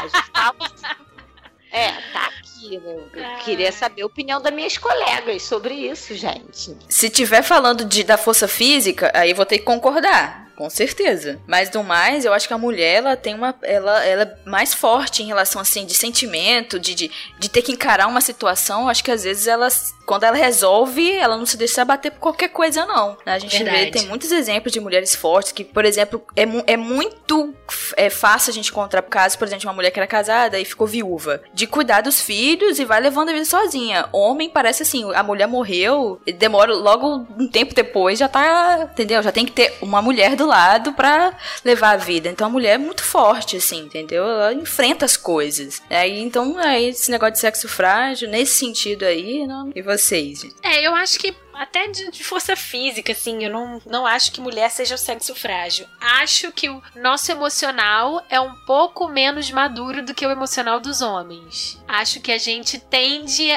frágil. É, tá aqui, né? Eu queria saber a opinião das minhas colegas sobre isso, gente. Se tiver falando de, da força física, aí vou ter que concordar. Com certeza. Mas do mais, eu acho que a mulher, ela tem uma... Ela, ela é mais forte em relação, assim, de sentimento, de, de, de ter que encarar uma situação. Eu acho que às vezes ela... Quando ela resolve, ela não se deixa abater por qualquer coisa, não. A gente Verdade. vê, tem muitos exemplos de mulheres fortes que, por exemplo, é, é muito é fácil a gente encontrar casos, por exemplo, de uma mulher que era casada e ficou viúva. De cuidar dos filhos e vai levando a vida sozinha. Homem parece assim, a mulher morreu, demora logo um tempo depois, já tá, entendeu? Já tem que ter uma mulher do lado pra levar a vida. Então a mulher é muito forte, assim, entendeu? Ela enfrenta as coisas. Aí, então, aí, esse negócio de sexo frágil, nesse sentido aí, não... E vocês? É, eu acho que até de, de força física, assim, eu não, não acho que mulher seja o sexo frágil. Acho que o nosso emocional é um pouco menos maduro do que o emocional dos homens. Acho que a gente tende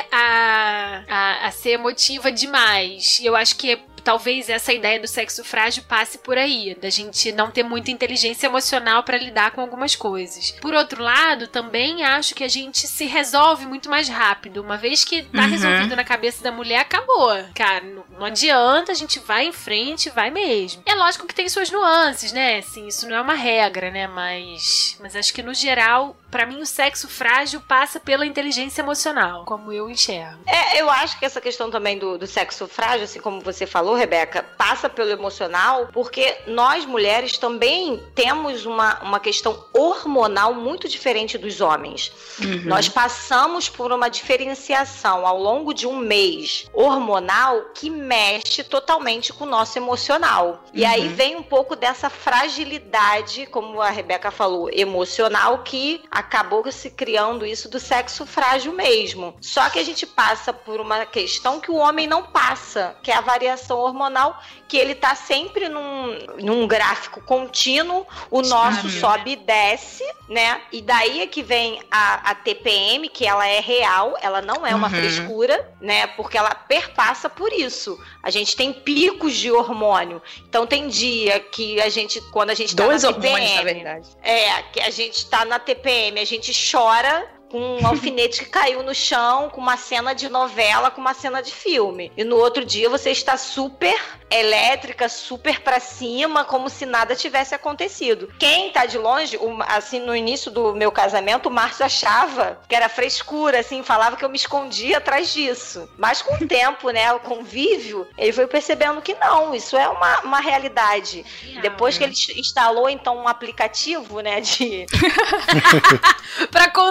a, a, a ser emotiva demais. E eu acho que talvez essa ideia do sexo frágil passe por aí, da gente não ter muita inteligência emocional pra lidar com algumas coisas. Por outro lado, também acho que a gente se resolve muito mais rápido. Uma vez que tá uhum. resolvido na cabeça da mulher, acabou. Cara, não, não adianta, a gente vai em frente, vai mesmo. É lógico que tem suas nuances, né? Assim, isso não é uma regra, né? Mas, mas acho que no geral, pra mim o sexo frágil passa pela inteligência emocional, como eu enxergo. É, eu acho que essa questão também do, do sexo frágil, assim como você falou, Rebeca, passa pelo emocional, porque nós mulheres também temos uma, uma questão hormonal muito diferente dos homens. Uhum. Nós passamos por uma diferenciação ao longo de um mês hormonal que mexe totalmente com o nosso emocional. E uhum. aí vem um pouco dessa fragilidade, como a Rebeca falou, emocional, que acabou se criando isso do sexo frágil mesmo. Só que a gente passa por uma questão que o homem não passa, que é a variação hormonal, que ele tá sempre num, num gráfico contínuo, o nosso ah, sobe e desce, né? E daí é que vem a, a T P M, que ela é real, ela não é uma uhum. frescura, né? Porque ela perpassa por isso. A gente tem picos de hormônio. Então tem dia que a gente, quando a gente tá Dois na T P M, hormônios, na verdade. É, que a gente tá na T P M, a gente chora com um alfinete que caiu no chão, com uma cena de novela, com uma cena de filme. E no outro dia você está super elétrica, super pra cima, como se nada tivesse acontecido. Quem tá de longe, assim, no início do meu casamento, o Márcio achava que era frescura, assim, falava que eu me escondia atrás disso. Mas com o tempo, né, o convívio, ele foi percebendo que não, isso é uma, uma realidade. Não, Depois é. que ele instalou, então, um aplicativo, né, de... pra controlar os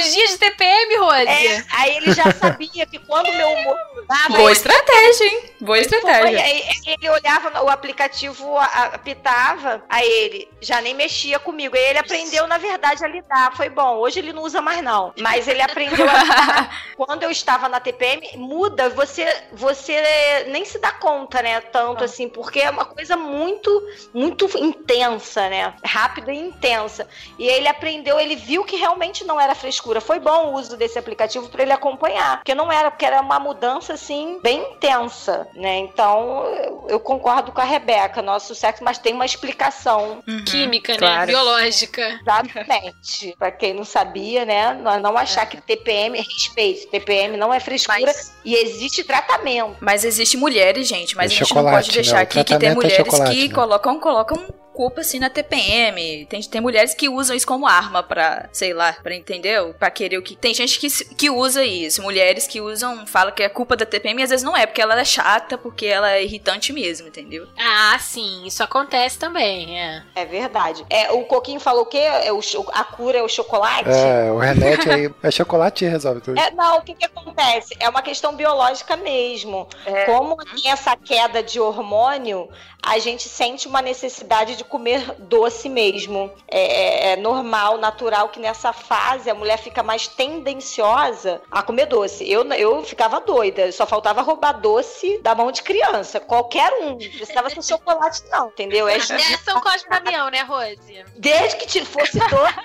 Fugia de T P M, Rose? É, aí ele já sabia que quando meu humor mudava... Boa estratégia, hein? Boa estratégia. Aí, aí ele olhava, o aplicativo apitava, aí ele já nem mexia comigo. Aí ele aprendeu, na verdade, a lidar. Foi bom. Hoje ele não usa mais, não. Mas ele aprendeu a lidar. Quando eu estava na T P M, muda, você, você nem se dá conta, né? Tanto ah. assim, porque é uma coisa muito, muito intensa, né? Rápida e intensa. E ele aprendeu, ele viu que realmente não era frescura. Foi bom o uso desse aplicativo para ele acompanhar. Porque não era, porque era uma mudança, assim, bem intensa, né? Então, eu, eu concordo com a Rebeca. Nosso sexo, mas tem uma explicação. Uhum, química, claro. né? Biológica. Exatamente. Pra quem não sabia, né? Não achar é. que T P M é respeito. T P M não é frescura mas... e existe tratamento. Mas existe mulheres, gente. Mas é a gente chocolate, não pode deixar né? aqui que tem mulheres é que né? colocam, colocam culpa assim na T P M. Tem, tem mulheres que usam isso como arma pra, sei lá, pra entendeu? Pra querer o que... Tem gente que, que usa isso. Mulheres que usam, fala que é culpa da T P M e às vezes não é, porque ela é chata, porque ela é irritante mesmo, entendeu? Ah, sim. Isso acontece também, é. É verdade. É, o Coquinho falou o quê? É o, a cura é o chocolate? É, o remédio aí é chocolate e resolve tudo. É, não, o que que acontece? É uma questão biológica mesmo. É. Como tem essa queda de hormônio, a gente sente uma necessidade de comer doce mesmo. É, é normal, natural que nessa fase a mulher fica mais tendenciosa a comer doce. Eu, eu ficava doida, só faltava roubar doce da mão de criança. Qualquer um. Não precisava ser chocolate, não, entendeu? É São Cosme Damião, né, Rose? Desde que te fosse doce.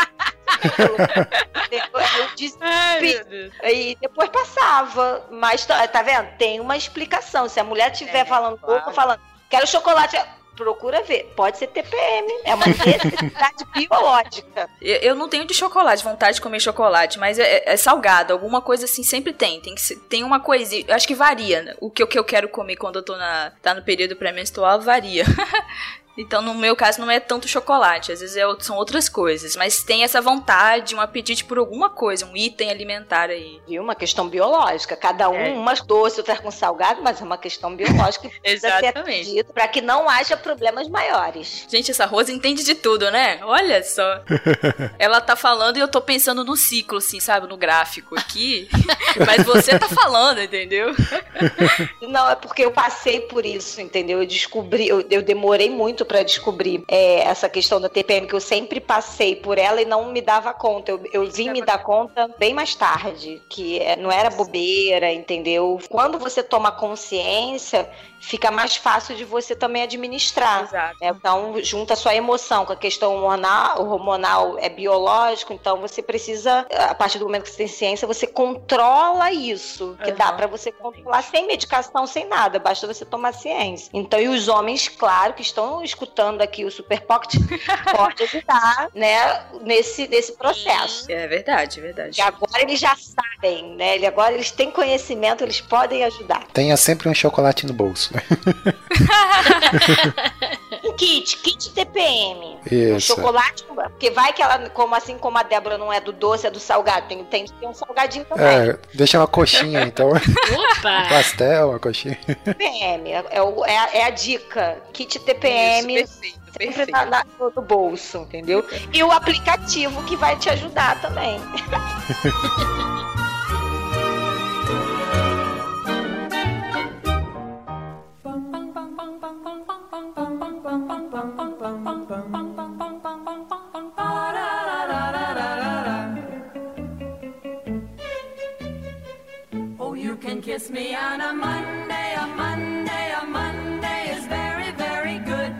eu disse, Ai, e depois passava. Mas tá, tá vendo? Tem uma explicação. Se a mulher estiver é, falando claro. pouco, falando, quero chocolate. Procura ver. Pode ser T P M. É uma necessidade biológica. Eu, eu não tenho de chocolate, vontade de comer chocolate, mas é, é salgado. Alguma coisa assim sempre tem. Tem, que ser, tem uma coisinha. Eu acho que varia. Né? O que, o que eu quero comer quando eu tô na, tá no período pré-menstrual varia. Então, no meu caso, não é tanto chocolate. Às vezes é, são outras coisas. Mas tem essa vontade, um apetite por alguma coisa, um item alimentar aí. E uma questão biológica. Cada um, é. umas doce, outras com salgado, mas é uma questão biológica que precisa ser atendida para que não haja problemas maiores. Gente, essa Rosa entende de tudo, né? Olha só. Ela tá falando e eu tô pensando no ciclo, assim, sabe? No gráfico aqui. Mas você tá falando, entendeu? Não, é porque eu passei por isso, entendeu? Eu descobri, eu, eu demorei muito para descobrir é, essa questão da T P M, que eu sempre passei por ela e não me dava conta. Eu, eu vim me dar conta bem mais tarde, que é, não era bobeira, entendeu? Quando você toma consciência, fica mais fácil de você também administrar. Exato. Né? Então, junta a sua emoção com a questão hormonal, o hormonal é biológico, então você precisa, a partir do momento que você tem ciência, você controla isso, que uhum. dá para você controlar sem medicação, sem nada, basta você tomar ciência. Então, e os homens, claro, que estão escutando aqui o Super Pocket, pode ajudar, né, nesse, nesse processo. É verdade, é verdade. E agora eles já sabem, né, e agora eles têm conhecimento, eles podem ajudar. Tenha sempre um chocolate no bolso. Um kit, kit T P M. Isso. Um chocolate, porque vai que ela, como assim como a Débora não é do doce, é do salgado, tem, tem, tem um salgadinho também. É, deixa uma coxinha então. Opa! Um pastel, uma coxinha. T P M, é, é, o, é, a, é a dica. Kit T P M. Isso, perfeito, sempre perfeito. Na, na, no bolso, entendeu? E o aplicativo que vai te ajudar também. Oh, you can kiss me on a Monday, a Monday, a Monday is very, very good.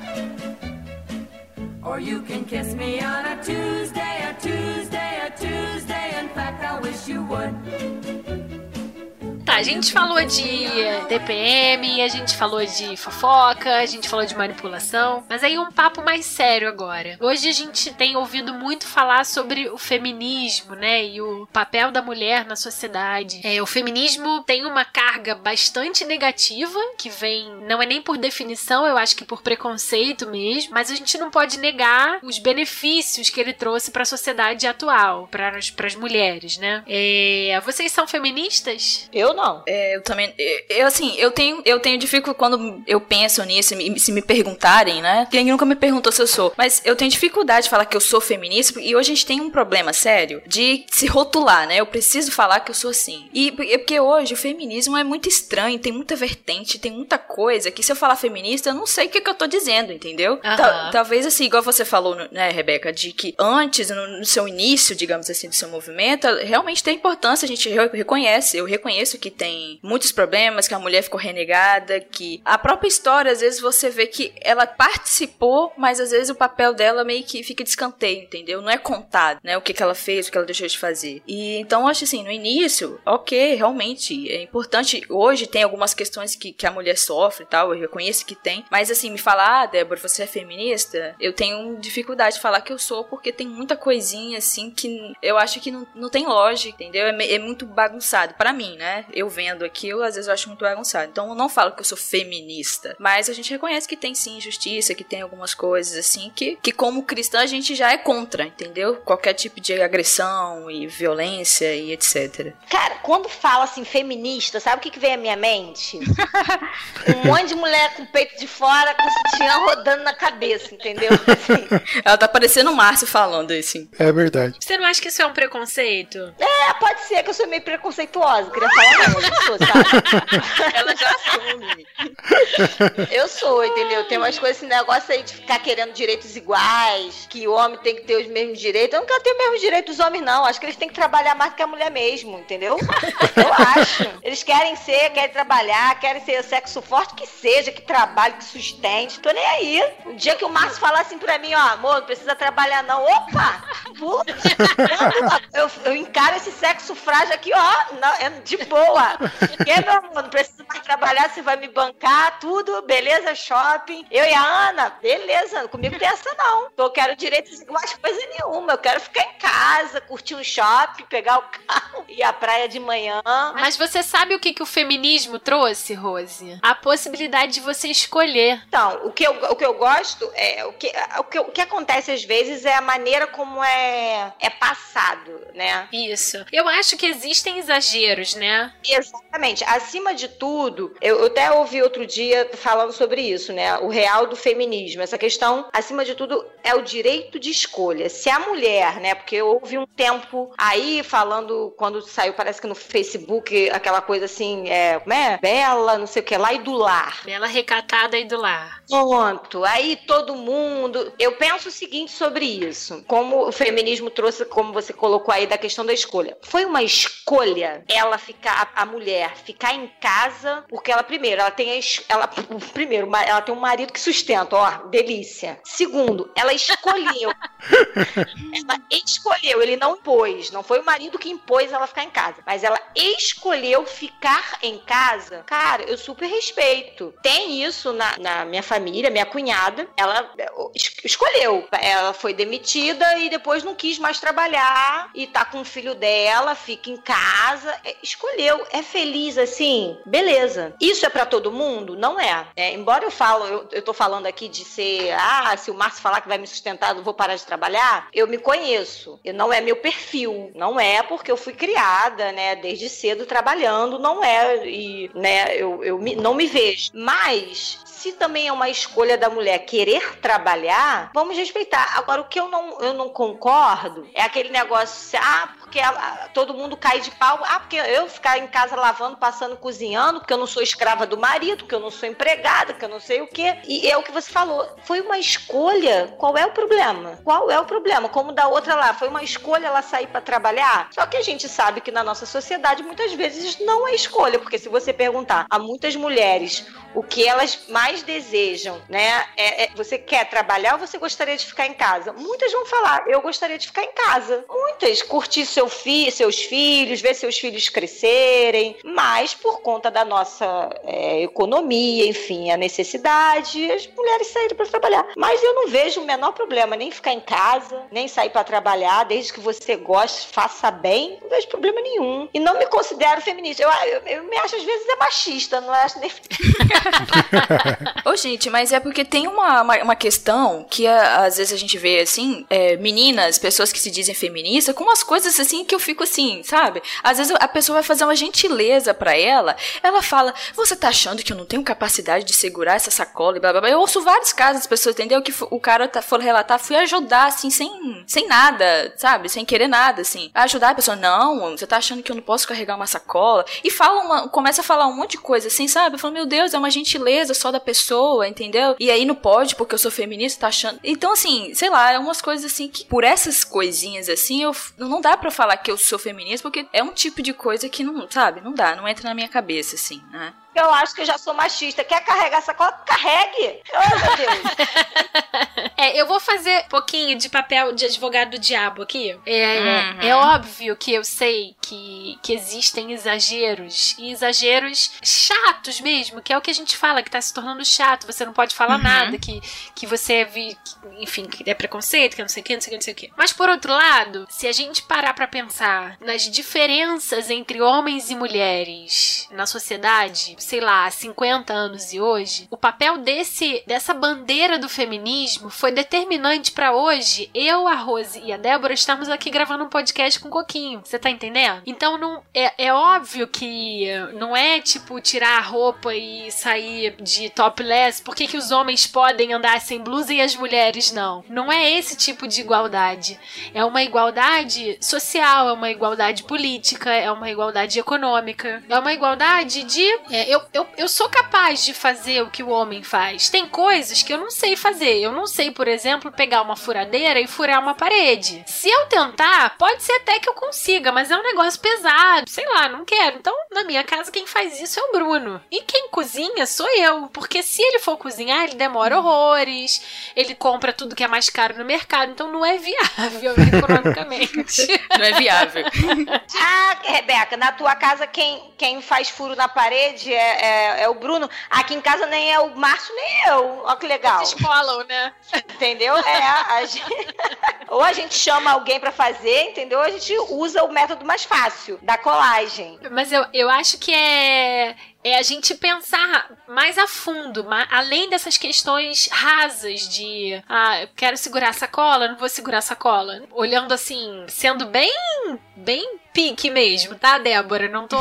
Or you can kiss me on a Tuesday, a Tuesday, a Tuesday, in fact I wish you would. Tá, a gente falou de T P M, a gente falou de fofoca, a gente falou de manipulação, mas aí um papo mais sério agora. Hoje a gente tem ouvido muito falar sobre o feminismo, né, e o papel da mulher na sociedade. É, o feminismo tem uma carga bastante negativa, que vem, não é nem por definição, eu acho que por preconceito mesmo, mas a gente não pode negar os benefícios que ele trouxe para a sociedade atual, para as mulheres, né. É, vocês são feministas? Eu não. É, eu também, eu assim, eu tenho, eu tenho dificuldade quando eu penso nisso, e se me perguntarem, né? Ninguém nunca me perguntou se eu sou, mas eu tenho dificuldade de falar que eu sou feminista, e hoje a gente tem um problema sério de se rotular, né? Eu preciso falar que eu sou assim. E é porque hoje o feminismo é muito estranho, tem muita vertente, tem muita coisa que se eu falar feminista, eu não sei o que, que eu tô dizendo, entendeu? Uhum. Tal, talvez assim, igual você falou, né, Rebeca, de que antes, no, no seu início, digamos assim, do seu movimento, realmente tem importância, a gente reconhece, eu reconheço que tem muitos problemas, que a mulher ficou renegada, que a própria história, às vezes você vê que ela participou, mas às vezes o papel dela meio que fica de escanteio, entendeu? Não é contado, né, o que, que ela fez, o que ela deixou de fazer. E então, eu acho assim, no início, ok, realmente, é importante, hoje tem algumas questões que, que a mulher sofre e tal, eu reconheço que tem, mas assim, me falar, ah, Débora, você é feminista? Eu tenho dificuldade de falar que eu sou, porque tem muita coisinha, assim, que eu acho que não, não tem lógica, entendeu? É, é muito bagunçado, pra mim, né? Eu vendo aqui, eu, às vezes eu acho muito bagunçado. Então, eu não falo que eu sou feminista, mas a gente reconhece que tem, sim, injustiça, que tem algumas coisas, assim, que, que como cristã a gente já é contra, entendeu? Qualquer tipo de agressão e violência e etcétera. Cara, quando fala assim, feminista, sabe o que, que vem à minha mente? Um monte de mulher com o peito de fora, com o sutiã rodando na cabeça, entendeu? Assim. Ela tá parecendo o Márcio falando assim. É verdade. Você não acha que isso é um preconceito? É, pode ser que eu sou meio preconceituosa. Queria falar não, eu não sou, sabe? Ela já assume. Eu sou, entendeu? Tem umas coisas, esse negócio aí de ficar querendo direitos iguais, que o homem tem que ter os mesmos direitos. Eu não quero ter os mesmos direitos dos homens, não. Acho que eles têm que trabalhar mais do que a mulher mesmo, entendeu? Eu acho. Eles querem ser, querem trabalhar, querem ser sexo forte, que seja, que trabalhe, que sustente. Tô nem aí. O dia que o Márcio falar assim pra mim, ó, amor, não precisa trabalhar não. Opa! Putz! Eu, eu encaro esse sexo frágil aqui, ó, não, é de boa. Que, meu amor, não precisa mais trabalhar, você vai me bancar, tudo, beleza, shopping. Eu e a Ana, beleza, comigo tem essa não. Eu quero direitos iguais, coisa nenhuma. Eu quero ficar em casa, curtir um shopping, pegar o carro, ir à praia de manhã. Mas você sabe o que, que o feminismo trouxe, Rose? A possibilidade de você escolher. Então, o que eu, o que eu gosto é o que, o, que, o que acontece às vezes é a maneira como é, é passado, né? Isso. Eu acho que existem exageros, né? Exatamente. Acima de tudo, eu, eu até ouvi outro dia falando sobre isso, né? O real do feminismo. Essa questão, acima de tudo, é o direito de escolha. Se a mulher, né? Porque eu ouvi um tempo aí falando, quando saiu, parece que no Facebook, aquela coisa assim, é, como é? Bela, não sei o que lá, e do lar. Bela recatada e do lar. Pronto. Aí todo mundo... Eu penso o seguinte sobre isso. Como o feminismo trouxe, como você colocou aí, da questão da escolha. Foi uma escolha ela ficar, a mulher, ficar em casa, porque ela, primeiro, ela tem a, ela, primeiro, ela tem um marido que sustenta, ó, delícia. Segundo, ela escolheu. Ela escolheu, ele não impôs. Não foi o marido que impôs ela ficar em casa. Mas ela escolheu ficar em casa. Cara, eu super respeito. Tem isso na, na minha família, minha cunhada. Ela es- escolheu. Ela foi demitida e depois não quis mais trabalhar. E tá com o filho dela, fica em casa. É, escolheu. É feliz assim? Beleza. Isso é pra todo mundo? Não é. É, embora eu falo, eu, eu tô falando aqui de ser, ah, se o Márcio falar que vai me sustentar, eu não vou parar de trabalhar. Eu me conheço. Eu, não é meu perfil. Não é porque eu fui criada, né, desde cedo trabalhando. Não é. E, né, eu, eu me, não me vejo. Mas... se também é uma escolha da mulher querer trabalhar, vamos respeitar. Agora, o que eu não, eu não concordo é aquele negócio, ah, porque a, a, todo mundo cai de pau, ah, porque eu ficar em casa lavando, passando, cozinhando, porque eu não sou escrava do marido, porque eu não sou empregada, que eu não sei o quê. E é o que você falou, foi uma escolha. Qual é o problema? Qual é o problema? Como da outra lá, foi uma escolha ela sair para trabalhar? Só que a gente sabe que na nossa sociedade, muitas vezes, não é escolha, porque se você perguntar a muitas mulheres o que elas mais desejam, né? É, é, você quer trabalhar ou você gostaria de ficar em casa? Muitas vão falar, eu gostaria de ficar em casa. Muitas, curtir seu fi, seus filhos, ver seus filhos crescerem, mas por conta da nossa é, economia, enfim, a necessidade, as mulheres saíram para trabalhar. Mas eu não vejo o menor problema, nem ficar em casa, nem sair pra trabalhar, desde que você goste, faça bem, não vejo problema nenhum. E não me considero feminista. Eu, eu, eu me acho, às vezes, é machista, não acho nem... Ô, gente, mas é porque tem uma, uma, uma questão que a, às vezes a gente vê, assim, é, meninas, pessoas que se dizem feministas, com umas coisas, assim, que eu fico assim, sabe? Às vezes a pessoa vai fazer uma gentileza pra ela, ela fala, você tá achando que eu não tenho capacidade de segurar essa sacola e blá, blá, blá. Eu ouço vários casos das pessoas, entendeu? Que o cara tá, for relatar, fui ajudar, assim, sem, sem nada, sabe? Sem querer nada, assim. Ajudar a pessoa, não, você tá achando que eu não posso carregar uma sacola? E fala uma, começa a falar um monte de coisa, assim, sabe? Eu falo, meu Deus, é uma gentileza só da pessoa, entendeu? E aí não pode, porque eu sou feminista, tá achando... Então, assim, sei lá, é umas coisas, assim, que por essas coisinhas, assim, eu, não dá pra falar que eu sou feminista, porque é um tipo de coisa que não, sabe? Não dá, não entra na minha cabeça, assim, né? Eu acho que eu já sou machista. Quer carregar sacola? Carregue! Oh, meu Deus! É, eu vou fazer um pouquinho de papel de advogado do diabo aqui. É, Uhum. é óbvio que eu sei que, que existem exageros. E exageros chatos mesmo, que é o que a gente fala, que tá se tornando chato. Você não pode falar Uhum. nada, que, que você vi, que, enfim, que é preconceito, que não sei o que, não sei o que, não sei o que. Mas por outro lado, se a gente parar pra pensar nas diferenças entre homens e mulheres na sociedade, sei lá, há cinquenta anos e hoje, o papel desse, dessa bandeira do feminismo foi determinante pra hoje, eu, a Rose e a Débora estamos aqui gravando um podcast com o Coquinho. Você tá entendendo? Então não, é, é óbvio que não é tipo tirar a roupa e sair de topless. Por que que os homens podem andar sem blusa e as mulheres não? Não é esse tipo de igualdade. É uma igualdade social, é uma igualdade política, é uma igualdade econômica, é uma igualdade de... É, eu, eu, eu sou capaz de fazer o que o homem faz. Tem coisas que eu não sei fazer. Eu não sei, por exemplo, pegar uma furadeira e furar uma parede. Se eu tentar, pode ser até que eu consiga, mas é um negócio pesado. Sei lá, não quero. Então, na minha casa, quem faz isso é o Bruno. E quem cozinha sou eu. Porque se ele for cozinhar, ele demora horrores. Ele compra tudo que é mais caro no mercado. Então, não é viável economicamente. Não é viável. Ah, Rebeca, na tua casa, quem, quem faz furo na parede é, é, é o Bruno. Aqui em casa nem é o Márcio, nem eu. Olha que legal. Vocês colam, né? Entendeu? É, a gente... Ou a gente chama alguém pra fazer, entendeu? Ou a gente usa o método mais fácil, da colagem. Mas eu, eu acho que é... É a gente pensar mais a fundo, além dessas questões rasas de ah, eu quero segurar a sacola, não vou segurar a sacola. Olhando assim, sendo bem, bem pique mesmo, tá, Débora? Não tô...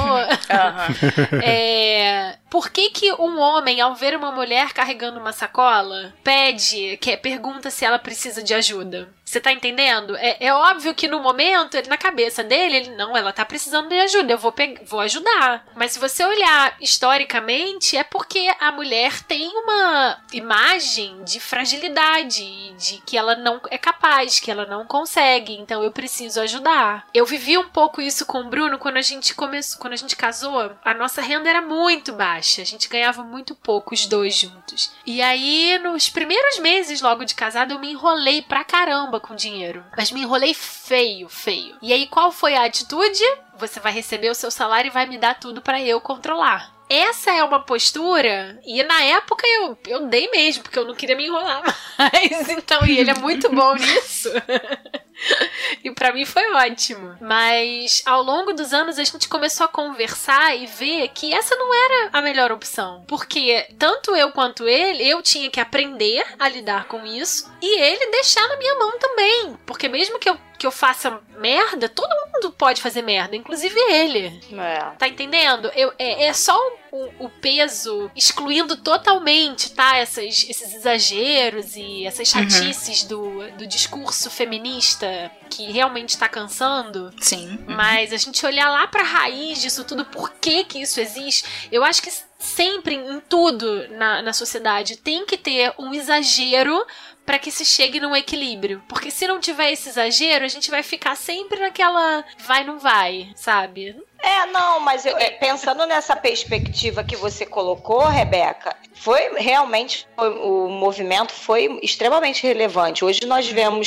Uhum. É... Por que que um homem, ao ver uma mulher carregando uma sacola, pede, que, pergunta se ela precisa de ajuda? Você tá entendendo? É, é óbvio que no momento, ele, na cabeça dele, ele, não, ela tá precisando de ajuda, eu vou, pe- vou ajudar. Mas se você olhar historicamente, é porque a mulher tem uma imagem de fragilidade, de que ela não é capaz, que ela não consegue, então eu preciso ajudar. Eu vivi um pouco isso com o Bruno quando a gente começou, quando a gente casou, a nossa renda era muito baixa, a gente ganhava muito pouco os dois juntos. E aí, nos primeiros meses logo de casado, eu me enrolei pra caramba com dinheiro, mas me enrolei feio, feio. E aí, qual foi a atitude? Você vai receber o seu salário e vai me dar tudo pra eu controlar. Essa é uma postura, e na época eu, eu dei mesmo, porque eu não queria me enrolar mais, então, e ele é muito bom nisso. E pra mim foi ótimo. Mas ao longo dos anos a gente começou a conversar e ver que essa não era a melhor opção. Porque tanto eu quanto ele, eu tinha que aprender a lidar com isso e ele deixar na minha mão também. Porque mesmo que eu, que eu faça merda, todo mundo pode fazer merda, inclusive ele. É. Tá entendendo? Eu, é, é só o, o peso excluindo totalmente, tá? Essas, esses exageros e essas chatices uhum. do, do discurso feminista que realmente tá cansando. Sim. Uhum. Mas a gente olhar lá pra raiz disso tudo, por que que isso existe, eu acho que sempre, em tudo na, na sociedade, tem que ter um exagero para que se chegue num equilíbrio. Porque se não tiver esse exagero, a gente vai ficar sempre naquela vai, não vai, sabe? É, não, mas eu, é, pensando nessa perspectiva que você colocou, Rebeca, foi realmente, foi, o movimento foi extremamente relevante. Hoje nós vemos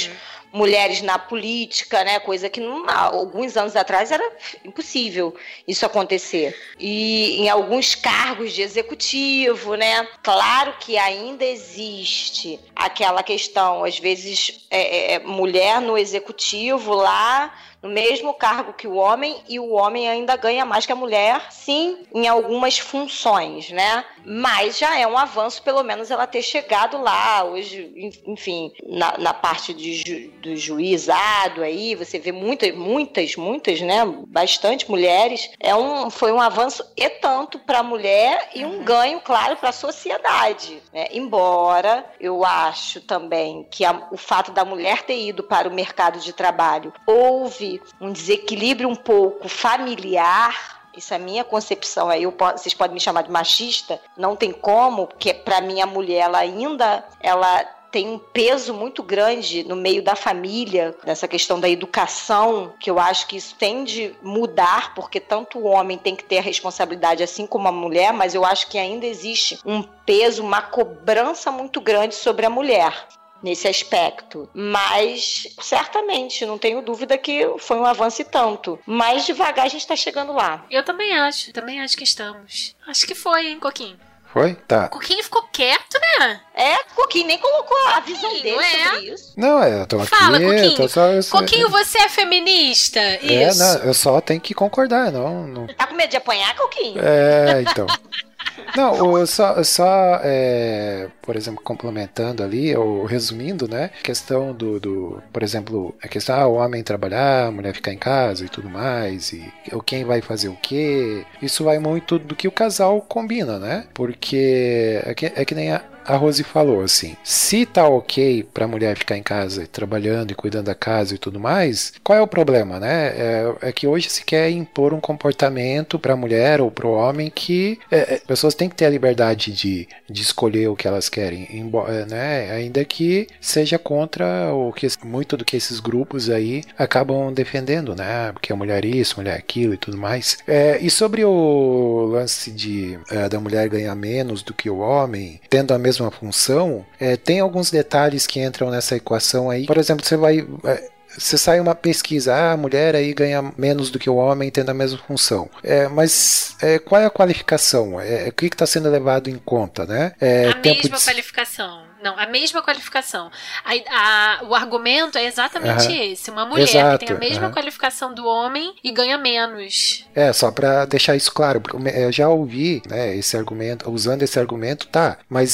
mulheres na política, né? Coisa que não, há alguns anos atrás era impossível isso acontecer. E em alguns cargos de executivo, né? Claro que ainda existe aquela questão, às vezes, é, é, mulher no executivo lá, no mesmo cargo que o homem, e o homem ainda ganha mais que a mulher, sim, em algumas funções, né? Mas já é um avanço, pelo menos, ela ter chegado lá. Hoje, enfim, na, na parte de ju, do juizado aí, você vê muitas, muitas, muitas, né? Bastante mulheres. É um, foi um avanço e tanto para a mulher e um ganho, claro, para a sociedade, né? Embora eu acho também que a, o fato da mulher ter ido para o mercado de trabalho houve um desequilíbrio um pouco familiar. Isso é a minha concepção. Aí eu, vocês podem me chamar de machista, não tem como, porque para mim a mulher ela ainda ela tem um peso muito grande no meio da família, nessa questão da educação, que eu acho que isso tem de mudar, porque tanto o homem tem que ter a responsabilidade assim como a mulher, mas eu acho que ainda existe um peso, uma cobrança muito grande sobre a mulher nesse aspecto, mas certamente, não tenho dúvida que foi um avanço e tanto, mas devagar a gente tá chegando lá. Eu também acho, também acho que estamos. Acho que foi, hein, Coquinho? Foi? Tá. O Coquinho ficou quieto, né? É, Coquinho nem colocou a visão Coquinho, dele é? sobre isso. Não, eu tô aqui. Fala, Coquinho. Eu tô só, eu só, Coquinho, você é feminista? É, Isso. não, eu só tenho que concordar, não... não... Tá com medo de apanhar, Coquinho? É, então... Não, eu só, só é, por exemplo, complementando ali, ou resumindo, né, a questão do, do, por exemplo, a questão, ah, o homem trabalhar, a mulher ficar em casa e tudo mais, e quem vai fazer o quê, isso vai muito do que o casal combina, né, porque é que, é que nem a, a Rose falou, assim, se tá ok pra mulher ficar em casa trabalhando e cuidando da casa e tudo mais, qual é o problema, né? É, é que hoje se quer impor um comportamento pra mulher ou pro homem que é, as pessoas têm que ter a liberdade de, de escolher o que elas querem, embora, né? Ainda que seja contra o que muito do que esses grupos aí acabam defendendo, né? Porque a mulher isso, a mulher aquilo e tudo mais. É, e sobre o lance de é, da mulher ganhar menos do que o homem, tendo a mesma mesma função, é, tem alguns detalhes que entram nessa equação aí. Por exemplo, você vai... É, você sai uma pesquisa, ah, a mulher aí ganha menos do que o homem tendo a mesma função. É, mas é, qual é a qualificação? É, o que está sendo levado em conta, né? É, a tempo mesma de... qualificação. Não, a mesma qualificação. A, a, o argumento é exatamente uhum. esse. Uma mulher Exato, que tem a mesma uhum. qualificação do homem e ganha menos. É, só para deixar isso claro, porque eu já ouvi, né, esse argumento, usando esse argumento, tá, mas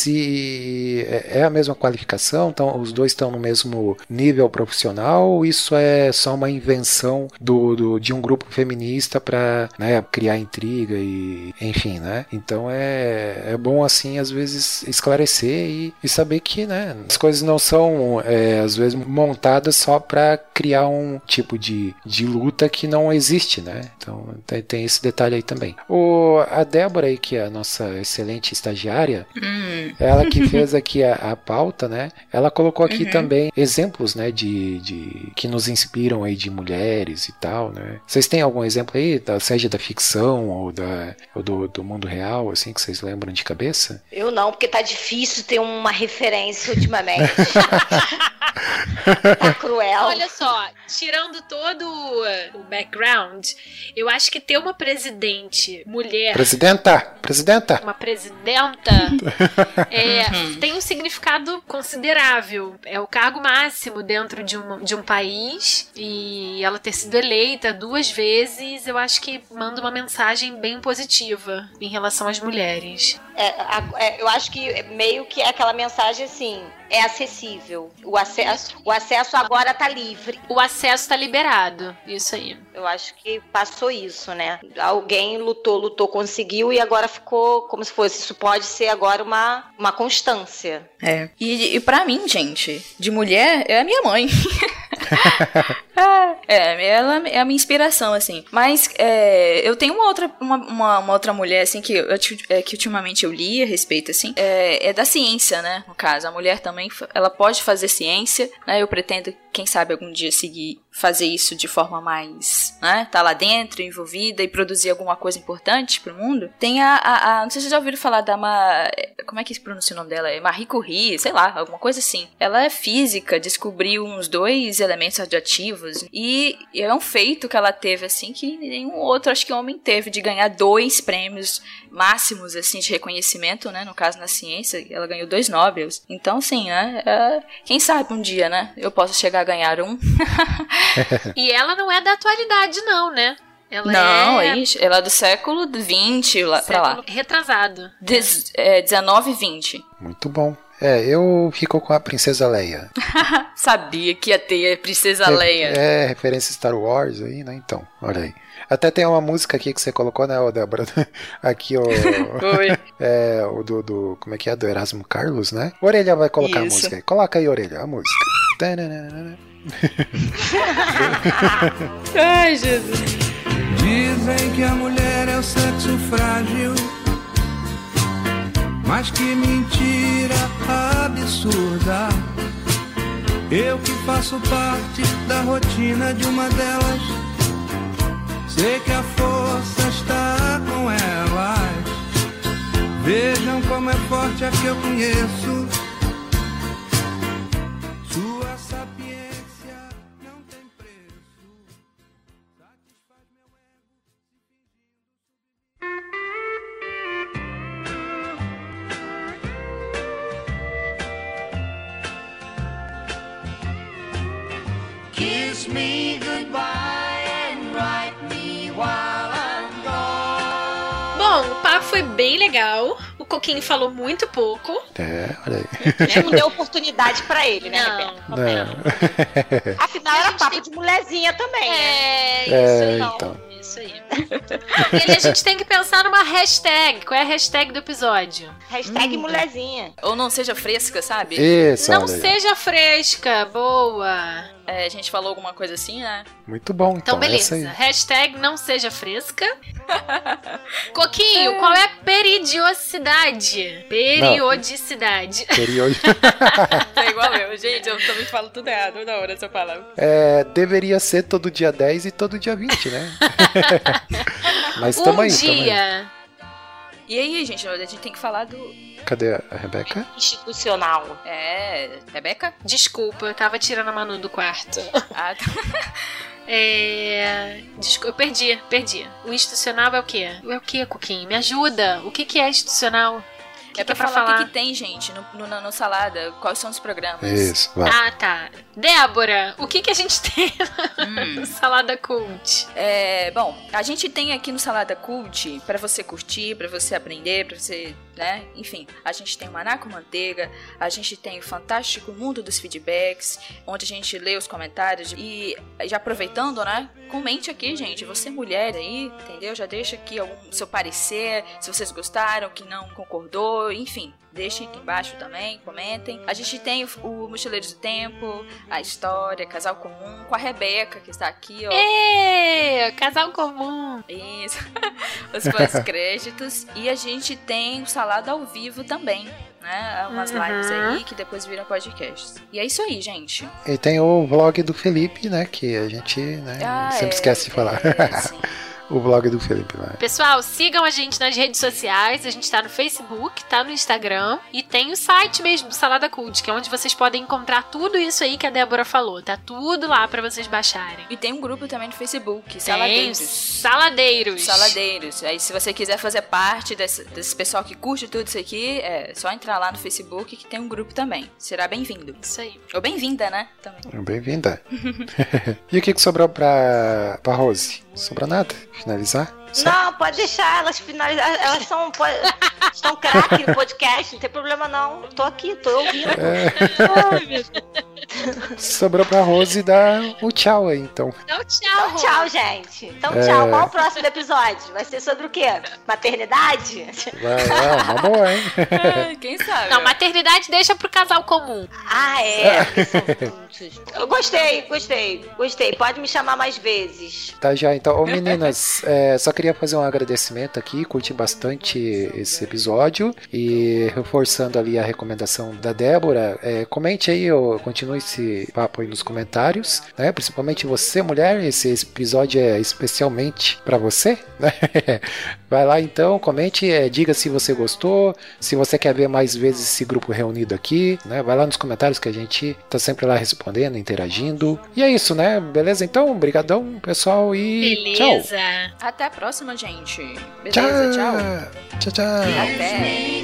e é a mesma qualificação? Então os dois estão no mesmo nível profissional ou isso é só uma invenção do, do, de um grupo feminista para, né, criar intriga e enfim, né? Então é, é bom assim às vezes esclarecer e, e saber que, né, as coisas não são é, às vezes montadas só para criar um tipo de, de luta que não existe, né? Então tem, tem esse detalhe aí também. O, a Débora aí, que é a nossa excelente estagiária, hum. ela que fez aqui a, a pauta, né? Ela colocou aqui uhum. também exemplos, né, de, de que nos inspiram aí de mulheres e tal, né? Vocês têm algum exemplo aí, da, seja da ficção ou, da, ou do, do mundo real, assim, que vocês lembram de cabeça? Eu não, porque tá difícil ter uma referência ultimamente. Tá cruel. Olha só, tirando todo o background, eu acho que ter uma presidente mulher... Presidenta! Presidenta! Uma presidenta é, tem um significado considerável. É o cargo máximo dentro de um, de um país e ela ter sido eleita duas vezes, eu acho que manda uma mensagem bem positiva em relação às mulheres. É, é, eu acho que meio que é aquela mensagem assim, é acessível. O acesso, o acesso agora tá livre. O acesso tá liberado, isso aí. Eu acho que passou isso, né? Alguém lutou, lutou, conseguiu e agora ficou como se fosse, isso pode ser agora uma, uma constância. É, e, e pra mim, gente, de mulher, é a minha mãe. É, ela é a minha inspiração, assim. Mas é, eu tenho uma outra, uma, uma, uma outra mulher, assim, que, eu, é, que ultimamente eu li a respeito, assim, é, é da ciência, né? No caso, a mulher também, ela pode fazer ciência, né? Eu pretendo, quem sabe, algum dia seguir fazer isso de forma mais, né, tá lá dentro, envolvida e produzir alguma coisa importante pro mundo. Tem a, a, a não sei se vocês já ouviram falar da Ma, como é que se pronuncia o nome dela? É Marie Curie, sei lá, alguma coisa assim. Ela é física, descobriu uns dois elementos radioativos e é um feito que ela teve, assim, que nenhum outro, acho que homem teve, de ganhar dois prêmios máximos, assim, de reconhecimento, né, no caso na ciência. Ela ganhou dois Nobels. Então, assim, né, é, quem sabe um dia, né, eu posso chegar a ganhar um. E ela não é da atualidade, não, né? Ela não, é... ixi, ela é do século vinte lá, pra lá. Retrasado. Des, é, dezenove e vinte. Muito bom. É, eu fico com a Princesa Leia. Sabia que ia ter a Princesa é, Leia. É, referência Star Wars aí, né? Então, olha aí. Até tem uma música aqui que você colocou, né, ô Débora? Aqui, o... Oi. É, o do, do... Como é que é? Do Erasmo Carlos, né? Orelha vai colocar Isso. a música aí. Coloca aí, Orelha, a música. Ai, Jesus. Dizem que a mulher é o sexo frágil, mas que mentira absurda. Eu que faço parte da rotina de uma delas, sei que a força está com elas. Vejam como é forte a que eu conheço. Sua sapiência não tem preço. Satisfaz meu ego. Kiss me goodbye and write me while I'm gone. Bom, o papo foi bem legal. O Coquinho falou muito pouco. É, olha aí. Não deu oportunidade pra ele, né, Não, Rebeca? Não. Afinal, era papo tem... de mulherzinha também, né? É, isso É, aí. então. Isso aí. E a gente tem que pensar numa hashtag. Qual é a hashtag do episódio? Hashtag Hum. mulherzinha. Ou não seja fresca, sabe? Isso, Não olha aí. seja fresca. Boa. É, a gente falou alguma coisa assim, né? Muito bom, então. Então, beleza. Essa aí. Hashtag não seja fresca. Coquinho, qual é a periodicidade? Periodicidade. Period... É igual eu, gente. Eu também falo tudo errado na hora dessa palavra. É, deveria ser todo dia dez e todo dia vinte, né? Mas Um tamo aí, tamo aí. dia. E aí, gente, a gente tem que falar do... Cadê a Rebeca? Institucional. É... Rebeca? Desculpa, eu tava tirando a Manu do quarto. Ah, tá. É... Desculpa, eu perdi, perdi. O institucional é o quê? É o quê, Coquinho? Me ajuda. O que, que é institucional? Que É pra, que é pra falar, falar? o que, que tem, gente, no, no, no, no Salada. Quais são os programas. Isso, vai. Ah, tá. Débora, o que, que a gente tem Hum. no Salada Cult? É, bom, a gente tem aqui no Salada Cult pra você curtir, pra você aprender, pra você, né, enfim. A gente tem o Maná com Manteiga, a gente tem o Fantástico Mundo dos Feedbacks, onde a gente lê os comentários e, já aproveitando, né, comente aqui, gente, você mulher aí, entendeu? Já deixa aqui algum seu parecer, se vocês gostaram, que não concordou, enfim. Deixem aqui embaixo também, comentem. A gente tem o, o Mochileiros do Tempo, a História, Casal Comum, com a Rebeca, que está aqui, ó. Ê, casal comum. Isso. Os pós-créditos. E a gente tem o Salada ao vivo também, né? Umas Uhum. lives aí que depois viram podcasts. E é isso aí, gente. E tem o vlog do Felipe, né? Que a gente né, Ah, sempre é, esquece de falar. É, sim. O vlog do Felipe lá. Pessoal, sigam a gente nas redes sociais. A gente tá no Facebook, tá no Instagram. E tem o site mesmo do Salada Cult, que é onde vocês podem encontrar tudo isso aí que a Débora falou. Tá tudo lá pra vocês baixarem. E tem um grupo também no Facebook, Tem Saladeiros. Saladeiros. Saladeiros. Aí se você quiser fazer parte desse, desse pessoal que curte tudo isso aqui, é só entrar lá no Facebook que tem um grupo também. Será bem-vindo. Isso aí. Ou bem-vinda, né? Também. Bem-vinda. E o que, que sobrou pra, pra Rose? Sobrou nada? Finalizar? Só? Não, pode deixar elas finalizar. Elas são, pode, são craque no podcast, não tem problema não. Tô aqui, tô ouvindo. É. Sobrou pra Rose dar o tchau aí, então. Então, tchau. Então, tchau, gente. Então, É. tchau. Qual o próximo episódio? Vai ser sobre o quê? Maternidade? Vai, é uma boa, hein? Ah, quem sabe? Não, maternidade deixa pro casal comum. Ah, é. porque são muitos. Eu gostei, gostei, gostei. Pode me chamar mais vezes. Tá já, então. Ô meninas, é, só queria fazer um agradecimento aqui, curti bastante esse episódio e reforçando ali a recomendação da Débora, é, comente aí, ou continue esse papo aí nos comentários, né? Principalmente você, mulher, esse, esse episódio é especialmente pra você, né? Vai lá então, comente, é, diga se você gostou, se você quer ver mais vezes esse grupo reunido aqui, né? Vai lá nos comentários que a gente tá sempre lá respondendo, interagindo. E é isso, né? Beleza? Então, brigadão, pessoal, e Beleza. Até a próxima, gente. Beleza, tchau. Tchau, tchau. Até.